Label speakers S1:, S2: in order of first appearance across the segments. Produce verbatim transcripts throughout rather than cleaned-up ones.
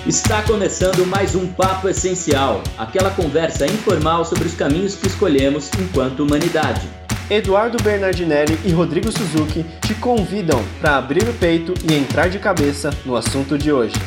S1: Está começando mais um Papo Essencial, aquela conversa informal sobre os caminhos que escolhemos enquanto humanidade.
S2: Eduardo Bernardinelli e Rodrigo Suzuki te convidam para abrir o peito e entrar de cabeça no assunto de hoje.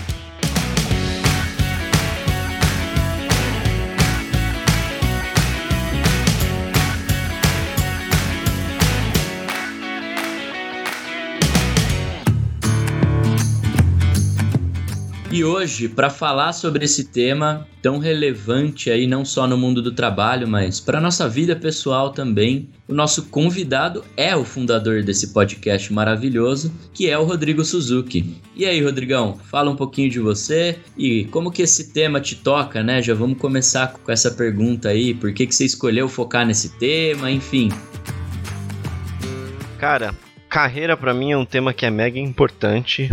S1: E hoje, para falar sobre esse tema tão relevante aí, não só no mundo do trabalho, mas para a nossa vida pessoal também, o nosso convidado é o fundador desse podcast maravilhoso, que é o Rodrigo Suzuki. E aí, Rodrigão, fala um pouquinho de você e como que esse tema te toca, né? Já vamos começar com essa pergunta aí, por que que você escolheu focar nesse tema, enfim.
S3: Cara, carreira para mim é um tema que é mega importante,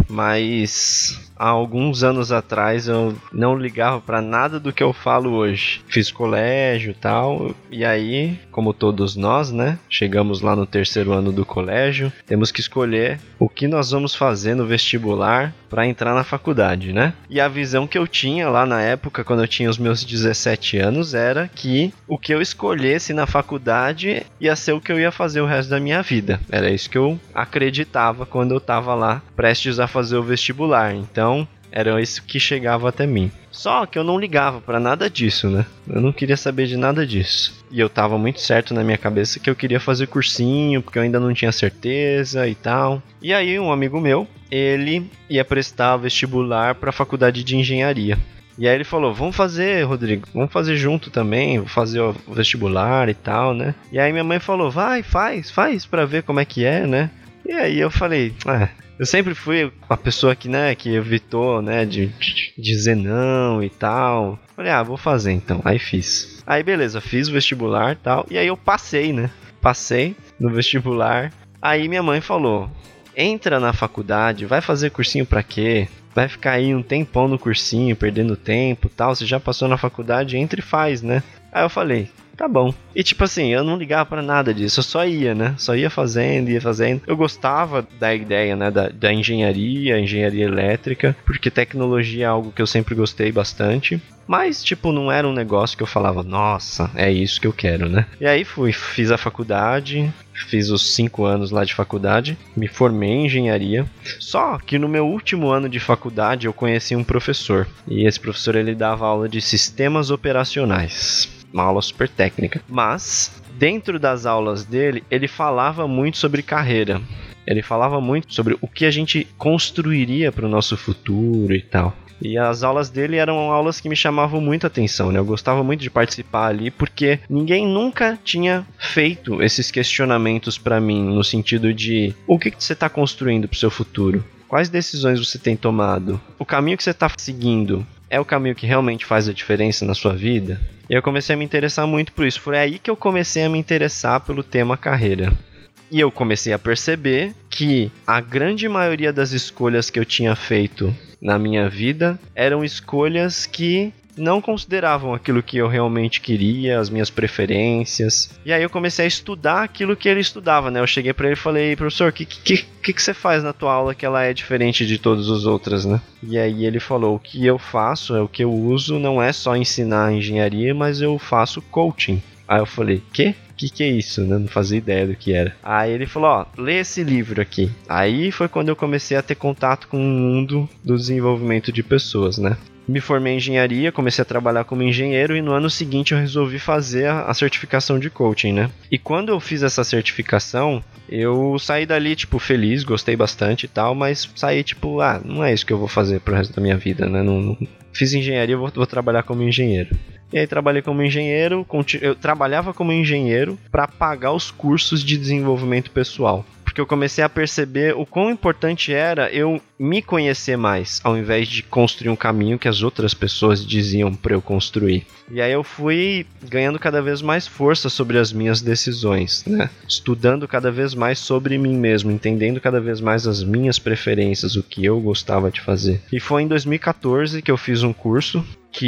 S3: mas há alguns anos atrás eu não ligava pra nada do que eu falo hoje. Fiz colégio e tal, e aí, como todos nós, né, chegamos lá no terceiro ano do colégio, temos que escolher o que nós vamos fazer no vestibular pra entrar na faculdade, né? E a visão que eu tinha lá na época, quando eu tinha os meus dezessete anos, era que o que eu escolhesse na faculdade ia ser o que eu ia fazer o resto da minha vida. Era isso que eu acreditava quando eu tava lá, prestes a fazer o vestibular. Então, Então, era isso que chegava até mim. Só que eu não ligava pra nada disso, né? Eu não queria saber de nada disso. E eu tava muito certo na minha cabeça que eu queria fazer cursinho, porque eu ainda não tinha certeza e tal. E aí, um amigo meu, ele ia prestar vestibular pra faculdade de engenharia. E aí ele falou, vamos fazer, Rodrigo, vamos fazer junto também, vou fazer o vestibular e tal, né? E aí minha mãe falou, vai, faz, faz pra ver como é que é, né? E aí eu falei, ah... Eu sempre fui a pessoa que, né, que evitou, né, de, de dizer não e tal. Falei, ah, vou fazer então. Aí fiz. Aí beleza, fiz o vestibular e tal. E aí eu passei, né? Passei no vestibular. Aí minha mãe falou, entra na faculdade, vai fazer cursinho pra quê? Vai ficar aí um tempão no cursinho, perdendo tempo e tal. Você já passou na faculdade, entra e faz, né? Aí eu falei, tá bom. E tipo assim, eu não ligava pra nada disso, eu só ia, né? Só ia fazendo, ia fazendo. Eu gostava da ideia, né? Da, da engenharia, engenharia elétrica, porque tecnologia é algo que eu sempre gostei bastante. Mas, tipo, não era um negócio que eu falava, nossa, é isso que eu quero, né? E aí fui, fiz a faculdade, fiz os cinco anos lá de faculdade, me formei em engenharia. Só que no meu último ano de faculdade eu conheci um professor. E esse professor, ele dava aula de sistemas operacionais. Uma aula super técnica. Mas, dentro das aulas dele, ele falava muito sobre carreira. Ele falava muito sobre o que a gente construiria para o nosso futuro e tal. E as aulas dele eram aulas que me chamavam muita atenção, né? Eu gostava muito de participar ali, porque ninguém nunca tinha feito esses questionamentos para mim, no sentido de o que, que você está construindo para o seu futuro? Quais decisões você tem tomado? O caminho que você está seguindo é o caminho que realmente faz a diferença na sua vida? E eu comecei a me interessar muito por isso. Foi aí que eu comecei a me interessar pelo tema carreira. E eu comecei a perceber que a grande maioria das escolhas que eu tinha feito na minha vida eram escolhas que não consideravam aquilo que eu realmente queria, as minhas preferências. E aí eu comecei a estudar aquilo que ele estudava, né? Eu cheguei pra ele e falei, professor, o que, que, que, que você faz na tua aula que ela é diferente de todas as outras, né? E aí ele falou, o que eu faço, é o que eu uso, não é só ensinar engenharia, mas eu faço coaching. Aí eu falei, quê? O que, que é isso? Né? Não fazia ideia do que era. Aí ele falou, ó, lê esse livro aqui. Aí foi quando eu comecei a ter contato com o mundo do desenvolvimento de pessoas, né? Me formei em engenharia, comecei a trabalhar como engenheiro e no ano seguinte eu resolvi fazer a certificação de coaching, né? E quando eu fiz essa certificação, eu saí dali, tipo, feliz, gostei bastante e tal, mas saí, tipo, ah, não é isso que eu vou fazer pro resto da minha vida, né? Não, não... Fiz engenharia, eu vou, vou trabalhar como engenheiro. E aí trabalhei como engenheiro, eu trabalhava como engenheiro para pagar os cursos de desenvolvimento pessoal. Porque eu comecei a perceber o quão importante era eu me conhecer mais, ao invés de construir um caminho que as outras pessoas diziam para eu construir. E aí eu fui ganhando cada vez mais força sobre as minhas decisões, né? Estudando cada vez mais sobre mim mesmo, entendendo cada vez mais as minhas preferências, o que eu gostava de fazer. E foi em dois mil e catorze que eu fiz um curso,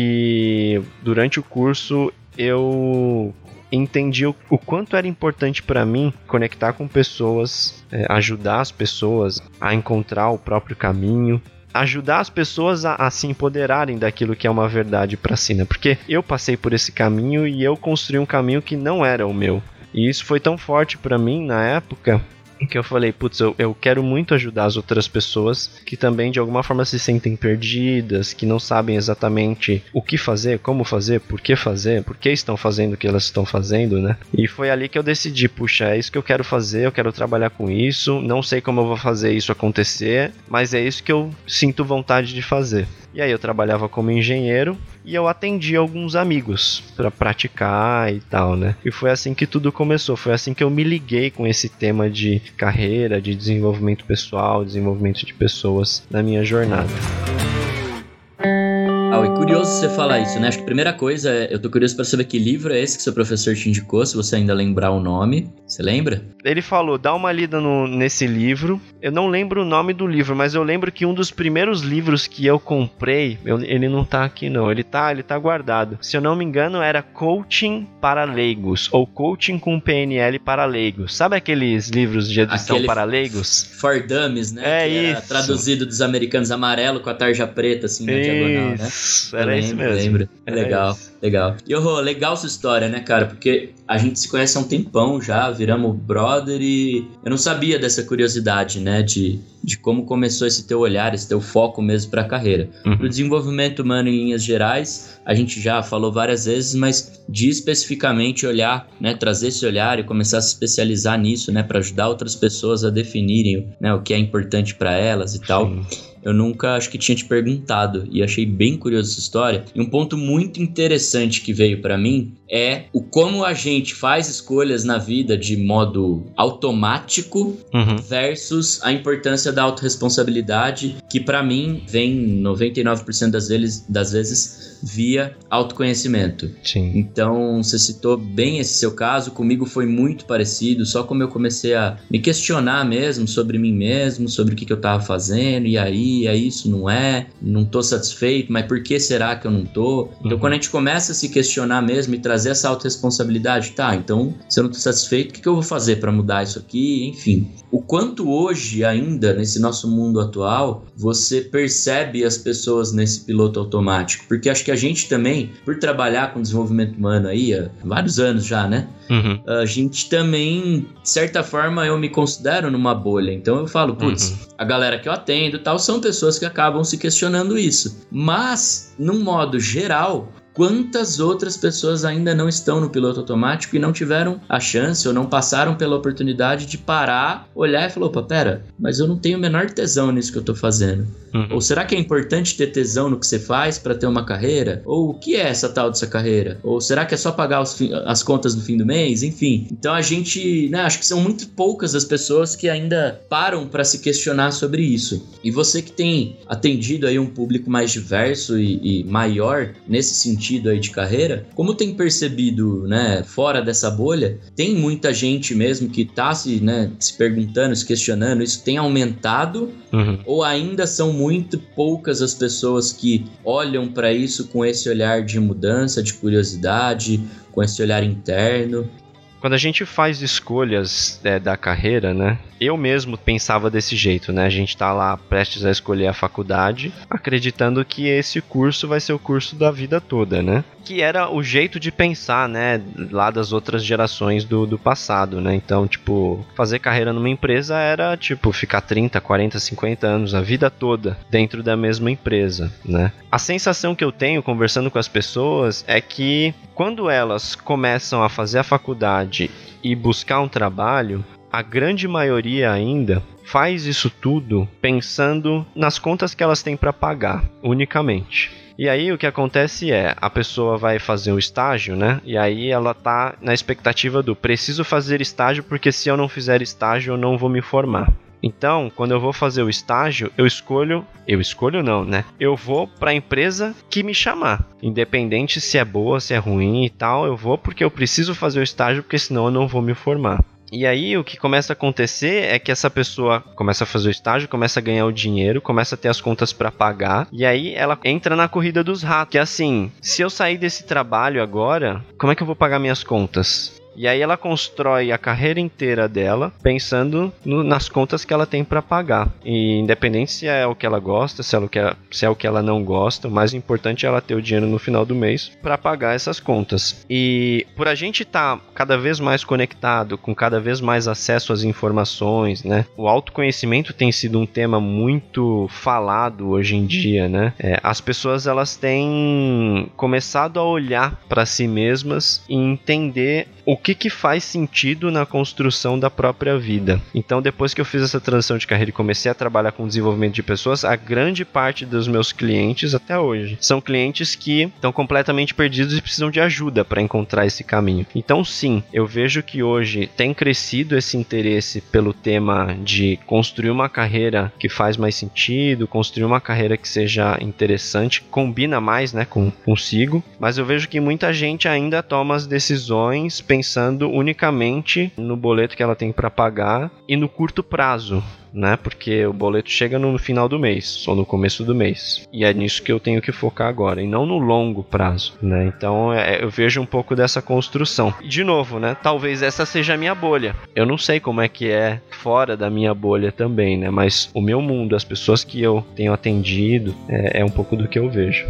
S3: que durante o curso eu entendi o, o quanto era importante para mim conectar com pessoas, é, ajudar as pessoas a encontrar o próprio caminho. ajudar as pessoas a, a se empoderarem daquilo que é uma verdade pra si, né? Porque eu passei por esse caminho e eu construí um caminho que não era o meu. E isso foi tão forte pra mim na época que eu falei, putz, eu, eu quero muito ajudar as outras pessoas que também de alguma forma se sentem perdidas, que não sabem exatamente o que fazer, como fazer, por que fazer, por que estão fazendo o que elas estão fazendo, né? E foi ali que eu decidi, puxa, é isso que eu quero fazer, eu quero trabalhar com isso, não sei como eu vou fazer isso acontecer, mas é isso que eu sinto vontade de fazer. E aí eu trabalhava como engenheiro e eu atendia alguns amigos para praticar e tal, né? E foi assim que tudo começou, foi assim que eu me liguei com esse tema de carreira, de desenvolvimento pessoal, desenvolvimento de pessoas na minha jornada.
S1: Ah, é curioso você falar isso, né? Acho que a primeira coisa, é, eu tô curioso para saber que livro é esse que seu professor te indicou, se você ainda lembrar o nome. Você lembra?
S3: Ele falou, dá uma lida no, nesse livro. Eu não lembro o nome do livro, mas eu lembro que um dos primeiros livros que eu comprei, eu, ele não tá aqui não, ele tá, ele tá guardado. Se eu não me engano, era Coaching para Leigos, ou Coaching com P N L para Leigos. Sabe aqueles livros de edição Aquele para leigos?
S1: For Dummies, né?
S3: É
S1: que
S3: isso.
S1: Era traduzido dos americanos amarelo com a tarja preta, assim, na
S3: isso.
S1: diagonal, né?
S3: Era
S1: lembro,
S3: isso mesmo.
S1: Lembro. É
S3: Era
S1: legal,
S3: isso.
S1: legal. E, oh, legal sua história, né, cara? Porque a gente se conhece há um tempão já, viramos brother e eu não sabia dessa curiosidade, né, de, de como começou esse teu olhar, esse teu foco mesmo para a carreira. Uhum. Pro desenvolvimento humano em linhas gerais, a gente já falou várias vezes, mas de especificamente olhar, né, trazer esse olhar e começar a se especializar nisso, né, para ajudar outras pessoas a definirem, né, o que é importante para elas e tal. Sim. Eu nunca, acho que tinha te perguntado e achei bem curiosa essa história. E um ponto muito interessante que veio pra mim é o como a gente faz escolhas na vida de modo automático uhum. versus a importância da autorresponsabilidade, que pra mim vem noventa e nove por cento das vezes, das vezes via autoconhecimento.
S3: Sim.
S1: Então, você citou bem esse seu caso, comigo foi muito parecido, só como eu comecei a me questionar mesmo sobre mim mesmo, sobre o que, que eu tava fazendo, e aí, é isso, não é, não tô satisfeito, mas por que será que eu não tô? Então, uhum. quando a gente começa a se questionar mesmo e trazer essa autorresponsabilidade, tá, então, se eu não tô satisfeito, o que, que eu vou fazer pra mudar isso aqui? Enfim, o quanto hoje ainda, nesse nosso mundo atual, você percebe as pessoas nesse piloto automático, porque acho que a gente também, por trabalhar com desenvolvimento humano aí há vários anos já, né? Uhum. A gente também, de certa forma, eu me considero numa bolha. Então eu falo, putz, uhum. a galera que eu atendo e tal, são pessoas que acabam se questionando isso. Mas, num modo geral, quantas outras pessoas ainda não estão no piloto automático e não tiveram a chance ou não passaram pela oportunidade de parar, olhar e falar, opa, pera, mas eu não tenho o menor tesão nisso que eu tô fazendo. Uhum. Ou será que é importante ter tesão no que você faz para ter uma carreira? Ou o que é essa tal dessa carreira? Ou será que é só pagar os fi- as contas no fim do mês? Enfim, então a gente, né, acho que são muito poucas as pessoas que ainda param para se questionar sobre isso. E você que tem atendido aí um público mais diverso e, e maior nesse sentido aí de carreira, como tem percebido, né, fora dessa bolha, tem muita gente mesmo que tá se, né, se perguntando, se questionando, isso tem aumentado uhum. ou ainda são muito poucas as pessoas que olham para isso com esse olhar de mudança, de curiosidade, com esse olhar interno?
S3: Quando a gente faz escolhas é, da carreira, né? Eu mesmo pensava desse jeito, né? A gente tá lá prestes a escolher a faculdade, acreditando que esse curso vai ser o curso da vida toda, né? Que era o jeito de pensar, né? Lá das outras gerações do, do passado, né? Então, tipo, fazer carreira numa empresa era, tipo, ficar trinta, quarenta, cinquenta anos, a vida toda, dentro da mesma empresa, né? A sensação que eu tenho conversando com as pessoas é que quando elas começam a fazer a faculdade e buscar um trabalho, a grande maioria ainda faz isso tudo pensando nas contas que elas têm para pagar, unicamente. E aí o que acontece é, a pessoa vai fazer o estágio, né? E aí ela tá na expectativa do preciso fazer estágio porque se eu não fizer estágio eu não vou me formar. Então, quando eu vou fazer o estágio, eu escolho... Eu escolho não, né? Eu vou para a empresa que me chamar. Independente se é boa, se é ruim e tal, eu vou porque eu preciso fazer o estágio porque senão eu não vou me formar. E aí o que começa a acontecer é que essa pessoa começa a fazer o estágio, começa a ganhar o dinheiro, começa a ter as contas para pagar, e aí ela entra na corrida dos ratos, que é assim, se eu sair desse trabalho agora, como é que eu vou pagar minhas contas? E aí ela constrói a carreira inteira dela pensando no, nas contas que ela tem para pagar. E independente se é o que ela gosta, se é o que, ela, se é o que ela não gosta, o mais importante é ela ter o dinheiro no final do mês para pagar essas contas. E por a gente estar tá cada vez mais conectado, com cada vez mais acesso às informações, né? O autoconhecimento tem sido um tema muito falado hoje em dia, né? É, as pessoas elas têm começado a olhar para si mesmas e entender o que que faz sentido na construção da própria vida. Então, depois que eu fiz essa transição de carreira e comecei a trabalhar com desenvolvimento de pessoas, a grande parte dos meus clientes até hoje são clientes que estão completamente perdidos e precisam de ajuda para encontrar esse caminho. Então, sim, eu vejo que hoje tem crescido esse interesse pelo tema de construir uma carreira que faz mais sentido, construir uma carreira que seja interessante, combina mais, né, com consigo, mas eu vejo que muita gente ainda toma as decisões pensando unicamente no boleto que ela tem para pagar e no curto prazo, né? Porque o boleto chega no final do mês ou no começo do mês, e é nisso que eu tenho que focar agora, e não no longo prazo, né? Então é, eu vejo um pouco dessa construção. E de novo, né? Talvez essa seja a minha bolha. Eu não sei como é que é fora da minha bolha também, né? Mas o meu mundo, as pessoas que eu tenho atendido, é, é um pouco do que eu vejo.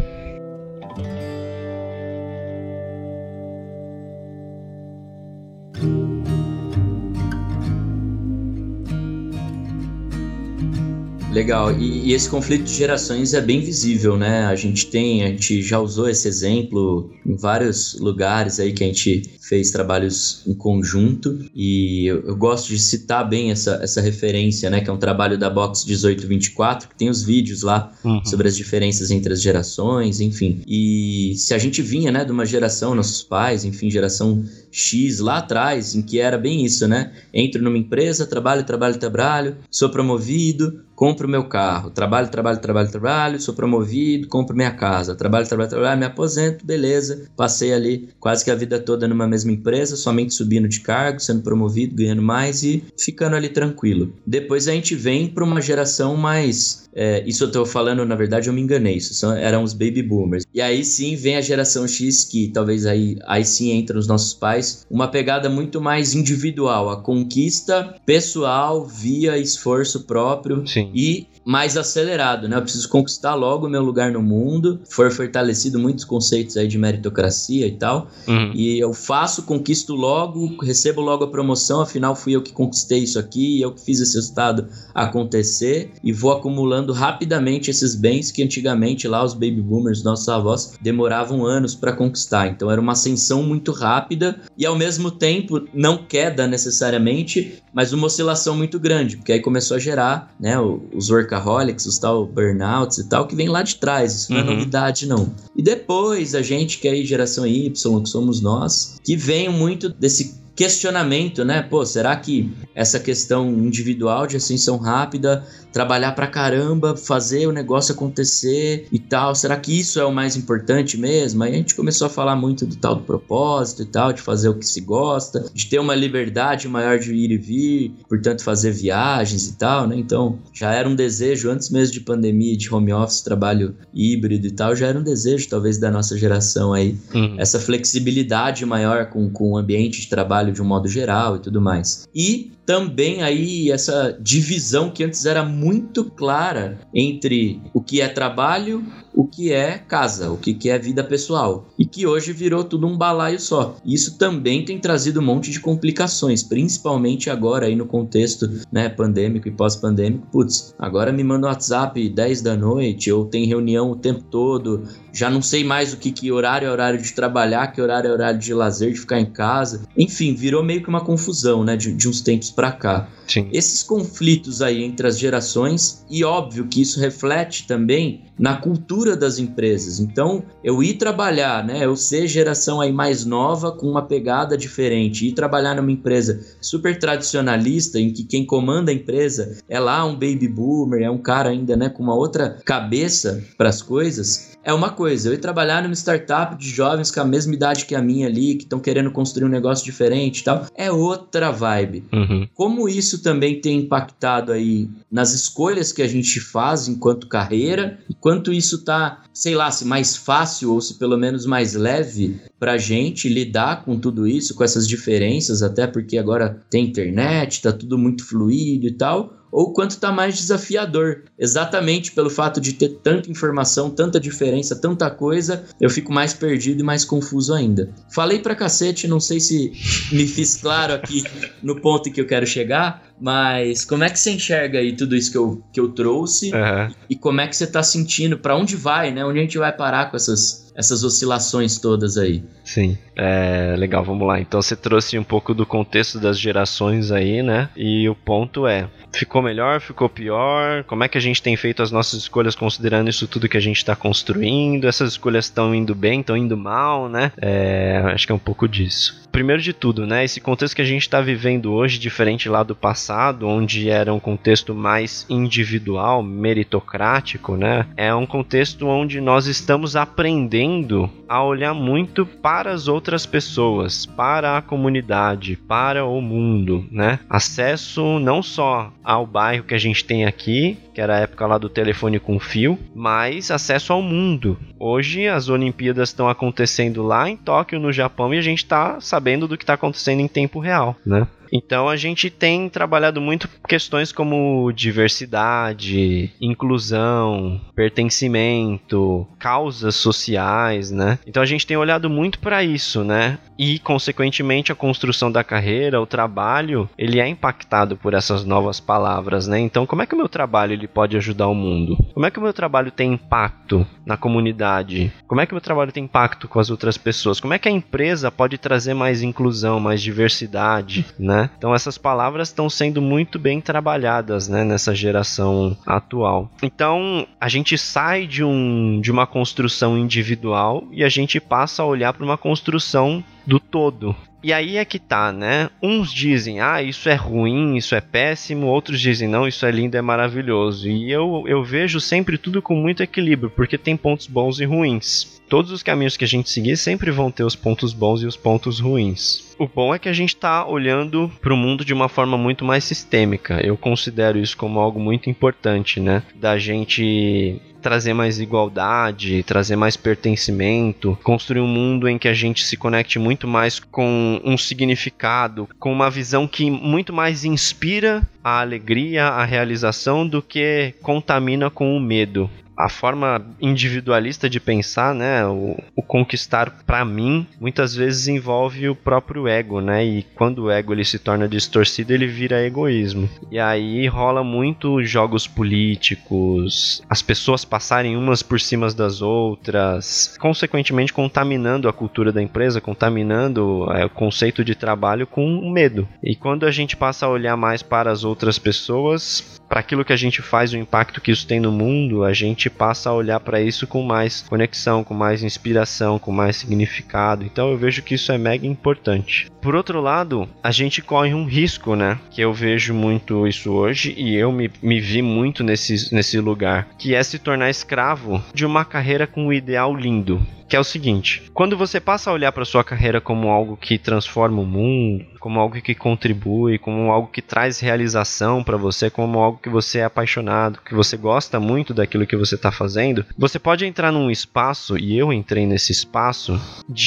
S1: Legal, e, e esse conflito de gerações é bem visível, né? A gente tem, a gente já usou esse exemplo em vários lugares aí que a gente fez trabalhos em conjunto, e eu, eu gosto de citar bem essa, essa referência, né? Que é um trabalho da Box dezoito vinte e quatro, que tem os vídeos lá uhum. sobre as diferenças entre as gerações, enfim. E se a gente vinha, né, de uma geração, nossos pais, enfim, geração X lá atrás, em que era bem isso, né? Entro numa empresa, trabalho, trabalho, trabalho, sou promovido, compro meu carro, trabalho, trabalho, trabalho, trabalho, sou promovido, compro minha casa, trabalho, trabalho, trabalho, me aposento, beleza, passei ali quase que a vida toda numa mesma empresa, somente subindo de cargo, sendo promovido, ganhando mais e ficando ali tranquilo. Depois a gente vem para uma geração mais... É, isso eu tô falando, na verdade eu me enganei, isso são, eram os baby boomers. E aí sim vem a geração X, que talvez aí, aí sim entra os nossos pais, uma pegada muito mais individual, a conquista pessoal via esforço próprio. Sim. E mais acelerado, né? Eu preciso conquistar logo o meu lugar no mundo. Foi fortalecido muitos conceitos aí de meritocracia e tal. Uhum. E eu faço, conquisto logo, recebo logo a promoção, afinal fui eu que conquistei isso aqui, eu que fiz esse resultado acontecer, e vou acumulando rapidamente esses bens que antigamente lá os baby boomers, nossos avós, demoravam anos para conquistar. Então era uma ascensão muito rápida e ao mesmo tempo não queda necessariamente, mas uma oscilação muito grande, porque aí começou a gerar, né, os workaholics, os tal burnouts e tal, que vem lá de trás, isso não uhum. é novidade não. E depois a gente que é aí geração Y, que somos nós, que vem muito desse questionamento, né? Pô, será que essa questão individual de ascensão rápida, trabalhar pra caramba, fazer o negócio acontecer e tal, será que isso é o mais importante mesmo? Aí a gente começou a falar muito do tal do propósito e tal, de fazer o que se gosta, de ter uma liberdade maior de ir e vir, portanto fazer viagens e tal, né? Então já era um desejo, antes mesmo de pandemia, de home office, trabalho híbrido e tal, já era um desejo talvez da nossa geração aí, uhum. essa flexibilidade maior com, com o ambiente de trabalho de um modo geral e tudo mais. E também aí essa divisão que antes era muito clara entre o que é trabalho, o que é casa, o que é vida pessoal, e que hoje virou tudo um balaio só. Isso também tem trazido um monte de complicações, principalmente agora aí no contexto, né, pandêmico e pós-pandêmico. Putz, agora me manda um WhatsApp dez da noite, ou tem reunião o tempo todo, já não sei mais o que, que horário é horário de trabalhar, que horário é horário de lazer, de ficar em casa. Enfim, virou meio que uma confusão, né, de, de uns tempos pra cá. Sim. Esses conflitos aí entre as gerações, e óbvio que isso reflete também na cultura das empresas. Então, eu ir trabalhar, né, eu ser geração aí mais nova com uma pegada diferente, ir trabalhar numa empresa super tradicionalista, em que quem comanda a empresa é lá um baby boomer, é um cara ainda, né, com uma outra cabeça para as coisas, é uma coisa. Eu ir trabalhar numa startup de jovens com a mesma idade que a minha ali, que estão querendo construir um negócio diferente e tal, é outra vibe. Uhum. como isso também tem impactado aí nas escolhas que a gente faz enquanto carreira, e quanto isso tá, sei lá, se mais fácil ou se pelo menos mais leve pra gente lidar com tudo isso, com essas diferenças, até porque agora tem internet, tá tudo muito fluido e tal, ou quanto está mais desafiador. Exatamente pelo fato de ter tanta informação, tanta diferença, tanta coisa, eu fico mais perdido e mais confuso ainda. Falei pra cacete, não sei se me fiz claro aqui no ponto que eu quero chegar, mas como é que você enxerga aí tudo isso que eu, que eu trouxe uhum. e como é que você tá sentindo, pra onde vai, né? Onde a gente vai parar com essas, essas oscilações todas aí?
S3: Sim, é legal, vamos lá. Então você trouxe um pouco do contexto das gerações aí, né? E o ponto é, ficou melhor, ficou pior? Como é que a gente tem feito as nossas escolhas considerando isso tudo que a gente está construindo? Essas escolhas estão indo bem, estão indo mal, né? É, acho que é um pouco disso. Primeiro de tudo, né? Esse contexto que a gente está vivendo hoje, diferente lá do passado, onde era um contexto mais individual, meritocrático, né? É um contexto onde nós estamos aprendendo a olhar muito para as outras pessoas, para a comunidade, para o mundo, né? Acesso não só ao bairro que a gente tem aqui, que era a época lá do telefone com fio, mas acesso ao mundo. Hoje as Olimpíadas estão acontecendo lá em Tóquio, no Japão, e a gente está sabendo do que está acontecendo em tempo real, né? Então a gente tem trabalhado muito questões como diversidade, inclusão, pertencimento, causas sociais, né? Então a gente tem olhado muito para isso, né? E consequentemente a construção da carreira, o trabalho, ele é impactado por essas novas palavras, né? Então como é que o meu trabalho ele pode ajudar o mundo? Como é que o meu trabalho tem impacto na comunidade? Como é que o meu trabalho tem impacto com as outras pessoas? Como é que a empresa pode trazer mais inclusão, mais diversidade, né? Então essas palavras estão sendo muito bem trabalhadas, né, nessa geração atual. Então a gente sai de, um, de uma construção individual e a gente passa a olhar para uma construção do todo. E aí é que tá, né? Uns dizem, ah, isso é ruim, isso é péssimo. Outros dizem, não, isso é lindo, é maravilhoso. E eu, eu vejo sempre tudo com muito equilíbrio, porque tem pontos bons e ruins. Todos os caminhos que a gente seguir sempre vão ter os pontos bons e os pontos ruins. O bom é que a gente está olhando para o mundo de uma forma muito mais sistêmica. Eu considero isso como algo muito importante, né? Da gente trazer mais igualdade, trazer mais pertencimento, construir um mundo em que a gente se conecte muito mais com um significado, com uma visão que muito mais inspira a alegria, a realização, do que contamina com o medo. A forma individualista de pensar, né, o, o conquistar para mim, muitas vezes envolve o próprio ego, né, e quando o ego ele se torna distorcido, ele vira egoísmo. E aí rola muito jogos políticos, as pessoas passarem umas por cima das outras, consequentemente contaminando a cultura da empresa, contaminando é, o conceito de trabalho com medo. E quando a gente passa a olhar mais para as outras pessoas, para aquilo que a gente faz, o impacto que isso tem no mundo, a gente passa a olhar para isso com mais conexão, com mais inspiração, com mais significado. Então eu vejo que isso é mega importante. Por outro lado, a gente corre um risco, né? Que eu vejo muito isso hoje e eu me, me vi muito nesse, nesse lugar, que é se tornar escravo de uma carreira com um ideal lindo. Que é o seguinte, quando você passa a olhar para sua carreira como algo que transforma o mundo, como algo que contribui, como algo que traz realização para você, como algo que você é apaixonado, que você gosta muito daquilo que você está fazendo, você pode entrar num espaço, e eu entrei nesse espaço,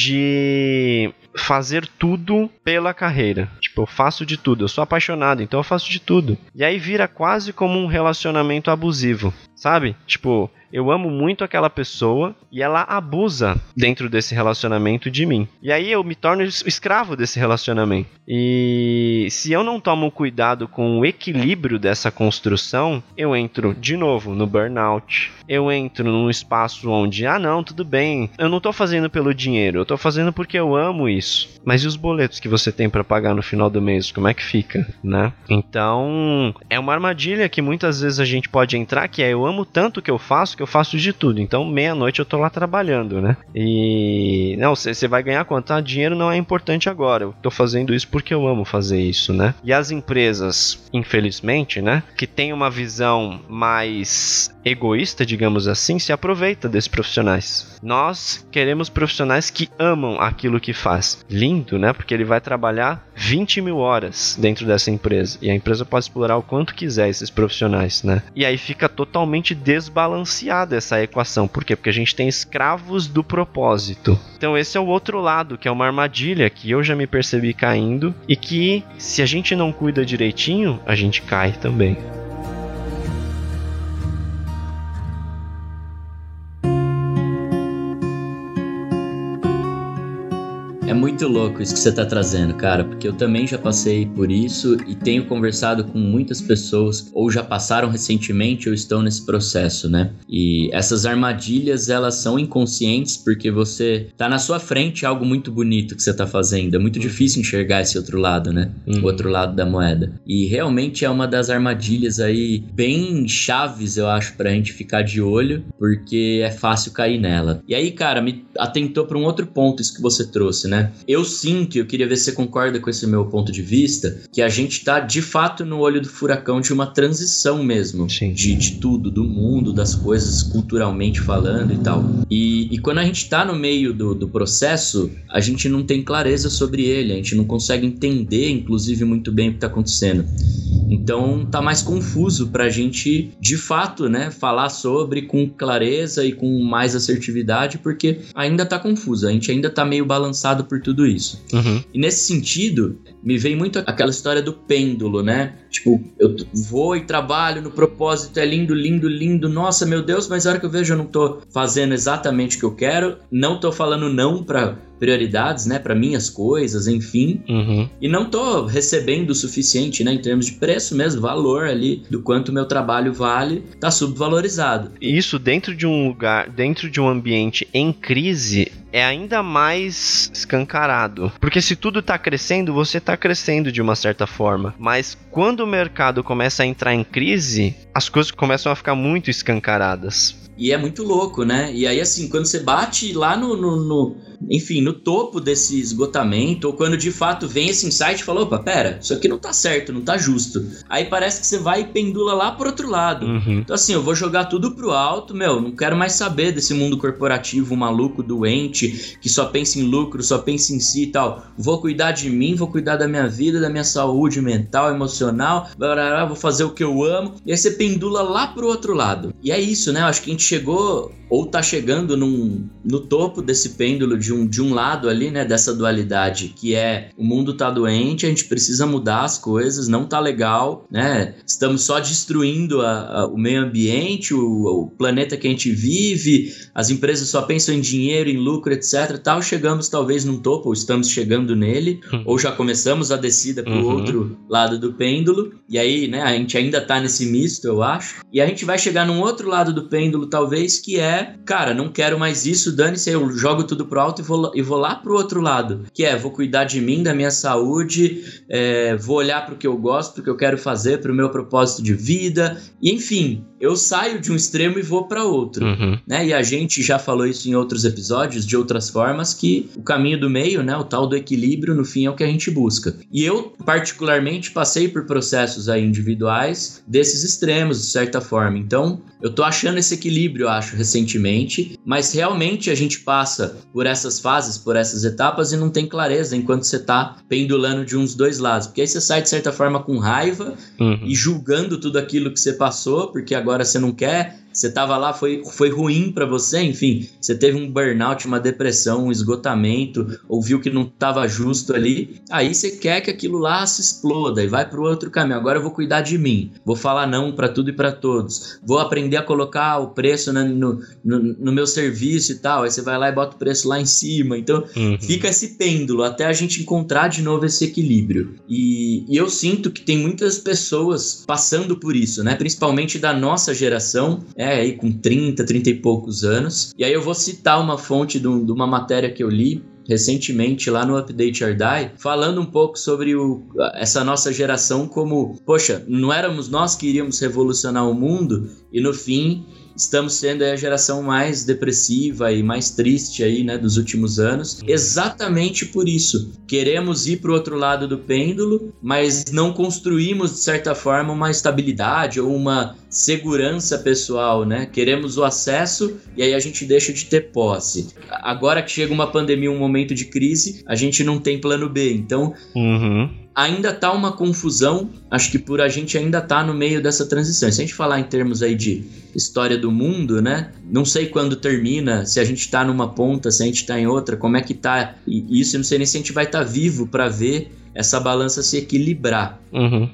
S3: de fazer tudo pela carreira. Tipo, eu faço de tudo, eu sou apaixonado, então eu faço de tudo. E aí vira quase como um relacionamento abusivo, sabe? Tipo, eu amo muito aquela pessoa e ela abusa dentro desse relacionamento de mim. E aí eu me torno escravo desse relacionamento. E se eu não tomo cuidado com o equilíbrio dessa construção, eu entro de novo no burnout. Eu entro num espaço onde, ah não, tudo bem, eu não tô fazendo pelo dinheiro, eu tô fazendo porque eu amo isso. Mas e os boletos que você tem para pagar no final do mês? Como é que fica, né? Então, é uma armadilha que muitas vezes a gente pode entrar, que é eu amo tanto o que eu faço, que eu faço de tudo. Então, meia-noite eu tô lá trabalhando, né? E, não, você vai ganhar quanto? Ah, dinheiro não é importante agora, eu tô fazendo isso porque eu amo fazer isso, né? E as empresas, infelizmente, né, que tem uma visão mais egoísta, digamos assim, se aproveita desses profissionais. Nós queremos profissionais que amam aquilo que faz. mais lindo, né? Porque ele vai trabalhar vinte mil horas dentro dessa empresa. E a empresa pode explorar o quanto quiser esses profissionais, né? E aí fica totalmente desbalanceada essa equação. Por quê? Porque a gente tem escravos do propósito. Então esse é o outro lado, que é uma armadilha que eu já me percebi caindo e que, se a gente não cuida direitinho, a gente cai também.
S1: É muito louco isso que você tá trazendo, cara, porque eu também já passei por isso e tenho conversado com muitas pessoas, ou já passaram recentemente ou estão nesse processo, né? E essas armadilhas, elas são inconscientes porque você tá na sua frente algo muito bonito que você tá fazendo. É muito difícil enxergar esse outro lado, né? Uhum. O outro lado da moeda. E realmente é uma das armadilhas aí bem chaves, eu acho, pra gente ficar de olho, porque é fácil cair nela. E aí, cara, me atentou pra um outro ponto isso que você trouxe, né? Eu sinto, eu queria ver se você concorda com esse meu ponto de vista, que a gente tá de fato no olho do furacão de uma transição mesmo, de, de tudo, do mundo, das coisas, culturalmente falando e tal. E, e quando a gente tá no meio do, do processo, a gente não tem clareza sobre ele, a gente não consegue entender, inclusive, muito bem o que tá acontecendo. Então tá mais confuso pra gente, de fato, né, falar sobre com clareza e com mais assertividade, porque ainda tá confuso, a gente ainda tá meio balançado por tudo isso. Uhum. E nesse sentido, me vem muito aquela história do pêndulo, né? Tipo, eu vou e trabalho no propósito, é lindo, lindo, lindo, nossa, meu Deus, mas a hora que eu vejo eu não tô fazendo exatamente o que eu quero, não tô falando não pra prioridades, né, para minhas coisas, enfim, uhum. e não tô recebendo o suficiente, né, em termos de preço mesmo, valor ali, do quanto o meu trabalho vale, tá subvalorizado.
S3: Isso dentro de um lugar, dentro de um ambiente em crise, é ainda mais escancarado, porque se tudo tá crescendo, você tá crescendo de uma certa forma, mas quando o mercado começa a entrar em crise, as coisas começam a ficar muito escancaradas.
S1: E é muito louco, né? E aí, assim, quando você bate lá no, no, no enfim, no topo desse esgotamento, ou quando de fato vem esse insight e fala, opa, pera, isso aqui não tá certo, não tá justo. Aí parece que você vai e pendula lá pro outro lado. Uhum. Então, assim, eu vou jogar tudo pro alto, meu, não quero mais saber desse mundo corporativo maluco, doente, que só pensa em lucro, só pensa em si e tal. Vou cuidar de mim, vou cuidar da minha vida, da minha saúde mental, emocional, blá, vou fazer o que eu amo. E aí você pendula lá pro outro lado. E é isso, né? Eu acho que a gente chegou, ou tá chegando num, no topo desse pêndulo de um, de um lado ali, né, dessa dualidade, que é o mundo tá doente, a gente precisa mudar as coisas, não tá legal, né, estamos só destruindo a, a, o meio ambiente, o, o planeta que a gente vive, as empresas só pensam em dinheiro, em lucro, etc, tal, chegamos talvez num topo, ou estamos chegando nele, uhum. ou já começamos a descida pro uhum. outro lado do pêndulo, e aí, né, a gente ainda tá nesse misto, eu acho, e a gente vai chegar num outro lado do pêndulo, talvez, que é, cara, não quero mais isso, dane-se, eu jogo tudo pro alto e vou, e vou lá pro outro lado, que é, vou cuidar de mim, da minha saúde, é, vou olhar pro que eu gosto, pro que eu quero fazer, pro meu propósito de vida, e enfim, eu saio de um extremo e vou para outro, uhum. né? E a gente já falou isso em outros episódios, de outras formas, que o caminho do meio, né, o tal do equilíbrio, no fim é o que a gente busca. E eu, particularmente, passei por processos aí individuais desses extremos, de certa forma. Então, eu tô achando esse equilíbrio, eu acho, recentemente, mas realmente a gente passa por essas fases, por essas etapas e não tem clareza enquanto você tá pendulando de uns dois lados. Porque aí você sai, de certa forma, com raiva uhum. e julgando tudo aquilo que você passou, porque agora você não quer, você tava lá, foi, foi ruim pra você, enfim, você teve um burnout, uma depressão, um esgotamento, ouviu que não tava justo ali, aí você quer que aquilo lá se exploda e vai pro outro caminho. Agora eu vou cuidar de mim, vou falar não pra tudo e pra todos, vou aprender a colocar o preço na, no, no, no meu serviço e tal, aí você vai lá e bota o preço lá em cima, então uhum. fica esse pêndulo até a gente encontrar de novo esse equilíbrio. E, e eu sinto que tem muitas pessoas passando por isso, né, principalmente da nossa geração, É, aí com trinta, trinta e poucos anos. E aí eu vou citar uma fonte de, um, de uma matéria que eu li recentemente lá no Update or Die, falando um pouco sobre o, essa nossa geração como, poxa, não éramos nós que iríamos revolucionar o mundo e no fim estamos sendo a geração mais depressiva e mais triste aí, né, dos últimos anos, exatamente por isso. Queremos ir para o outro lado do pêndulo, mas não construímos, de certa forma, uma estabilidade ou uma segurança pessoal, né? Queremos o acesso e aí a gente deixa de ter posse. Agora que chega uma pandemia, um momento de crise, a gente não tem plano B. Então,
S3: uhum.
S1: ainda tá uma confusão, acho que por a gente ainda tá no meio dessa transição. Se a gente falar em termos aí de história do mundo, né? Não sei quando termina, se a gente tá numa ponta, se a gente tá em outra, como é que tá e isso, eu não sei nem se a gente vai estar tá vivo para ver essa balança se equilibrar.
S3: Uhum.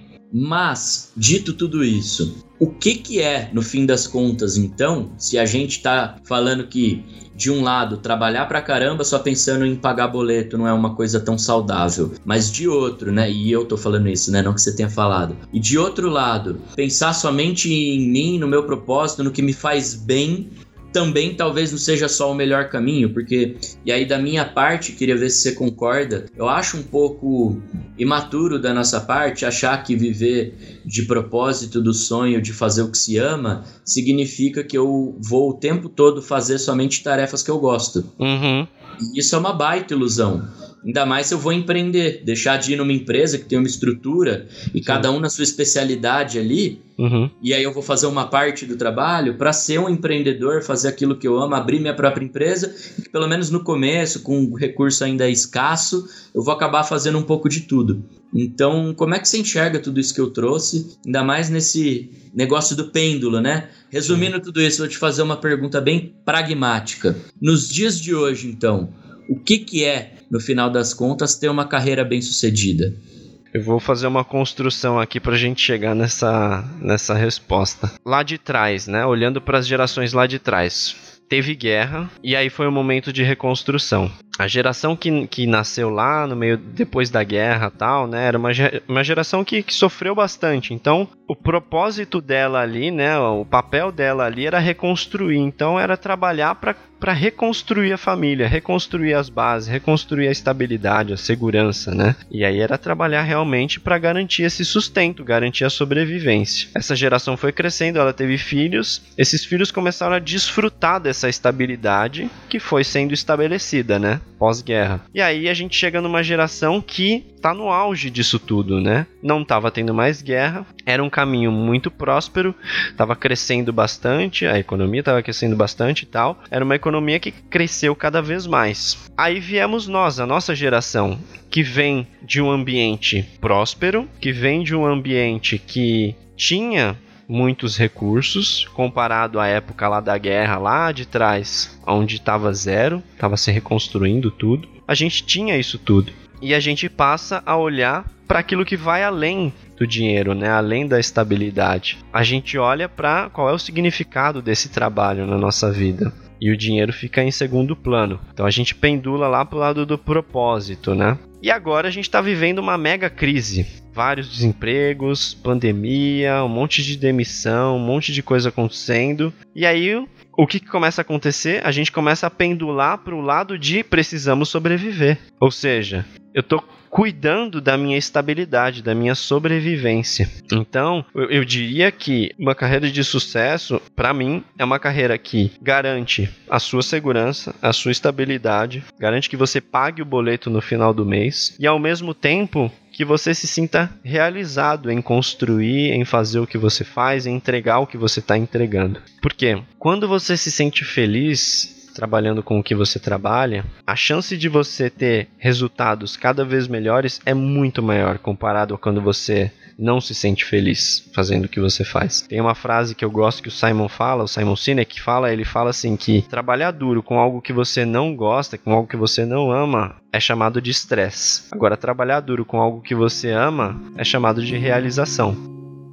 S1: Mas, dito tudo isso, o que que é, no fim das contas, então, se a gente tá falando que, de um lado, trabalhar pra caramba só pensando em pagar boleto não é uma coisa tão saudável, mas de outro, né, e eu tô falando isso, né, não que você tenha falado, e de outro lado, pensar somente em mim, no meu propósito, no que me faz bem, também talvez não seja só o melhor caminho, porque, e aí da minha parte, queria ver se você concorda, eu acho um pouco imaturo da nossa parte achar que viver de propósito, do sonho de fazer o que se ama, significa que eu vou o tempo todo fazer somente tarefas que eu gosto.
S3: Uhum.
S1: E isso é uma baita ilusão. Ainda mais se eu vou empreender, deixar de ir numa empresa que tem uma estrutura e Sim. cada um na sua especialidade ali,
S3: uhum.
S1: e aí eu vou fazer uma parte do trabalho para ser um empreendedor, fazer aquilo que eu amo, abrir minha própria empresa, e que pelo menos no começo, com um recurso ainda escasso, eu vou acabar fazendo um pouco de tudo. Então, como é que você enxerga tudo isso que eu trouxe, ainda mais nesse negócio do pêndulo, né? Resumindo Sim. tudo isso, eu vou te fazer uma pergunta bem pragmática. Nos dias de hoje, então, o que que é, no final das contas, ter uma carreira bem-sucedida?
S3: Eu vou fazer uma construção aqui pra gente chegar nessa, nessa resposta. Lá de trás, né? Olhando para as gerações lá de trás. Teve guerra e aí foi um momento de reconstrução. A geração que, que nasceu lá no meio, depois da guerra e tal, né, era uma, uma geração que, que sofreu bastante. Então, o propósito dela ali, né, o papel dela ali era reconstruir. Então, era trabalhar para para reconstruir a família, reconstruir as bases, reconstruir a estabilidade, a segurança, né? E aí era trabalhar realmente para garantir esse sustento, garantir a sobrevivência. Essa geração foi crescendo, ela teve filhos, esses filhos começaram a desfrutar dessa estabilidade que foi sendo estabelecida, né? Pós-guerra. E aí a gente chega numa geração que tá no auge disso tudo, né? Não tava tendo mais guerra, era um caminho muito próspero, tava crescendo bastante, a economia tava crescendo bastante e tal, era uma economia que cresceu cada vez mais. Aí viemos nós, a nossa geração, que vem de um ambiente próspero, que vem de um ambiente que tinha muitos recursos, comparado à época lá da guerra, lá de trás, onde estava zero, estava se reconstruindo tudo. A gente tinha isso tudo. E a gente passa a olhar para aquilo que vai além do dinheiro, né? Além da estabilidade. A gente olha para qual é o significado desse trabalho na nossa vida. E o dinheiro fica em segundo plano. Então a gente pendula lá pro lado do propósito, né? E agora a gente está vivendo uma mega crise. Vários desempregos, pandemia, um monte de demissão, um monte de coisa acontecendo. E aí, o que, que começa a acontecer? A gente começa a pendular para o lado de precisamos sobreviver. Ou seja, eu estou cuidando da minha estabilidade, da minha sobrevivência. Então, eu, eu diria que uma carreira de sucesso, para mim, é uma carreira que garante a sua segurança, a sua estabilidade, garante que você pague o boleto no final do mês e, ao mesmo tempo, que você se sinta realizado em construir, em fazer o que você faz, em entregar o que você está entregando. Por quê? Quando você se sente feliz trabalhando com o que você trabalha, a chance de você ter resultados cada vez melhores é muito maior comparado a quando você não se sente feliz fazendo o que você faz. Tem uma frase que eu gosto que o Simon fala, o Simon Sinek fala, ele fala assim que trabalhar duro com algo que você não gosta, com algo que você não ama, é chamado de estresse. Agora, trabalhar duro com algo que você ama é chamado de realização.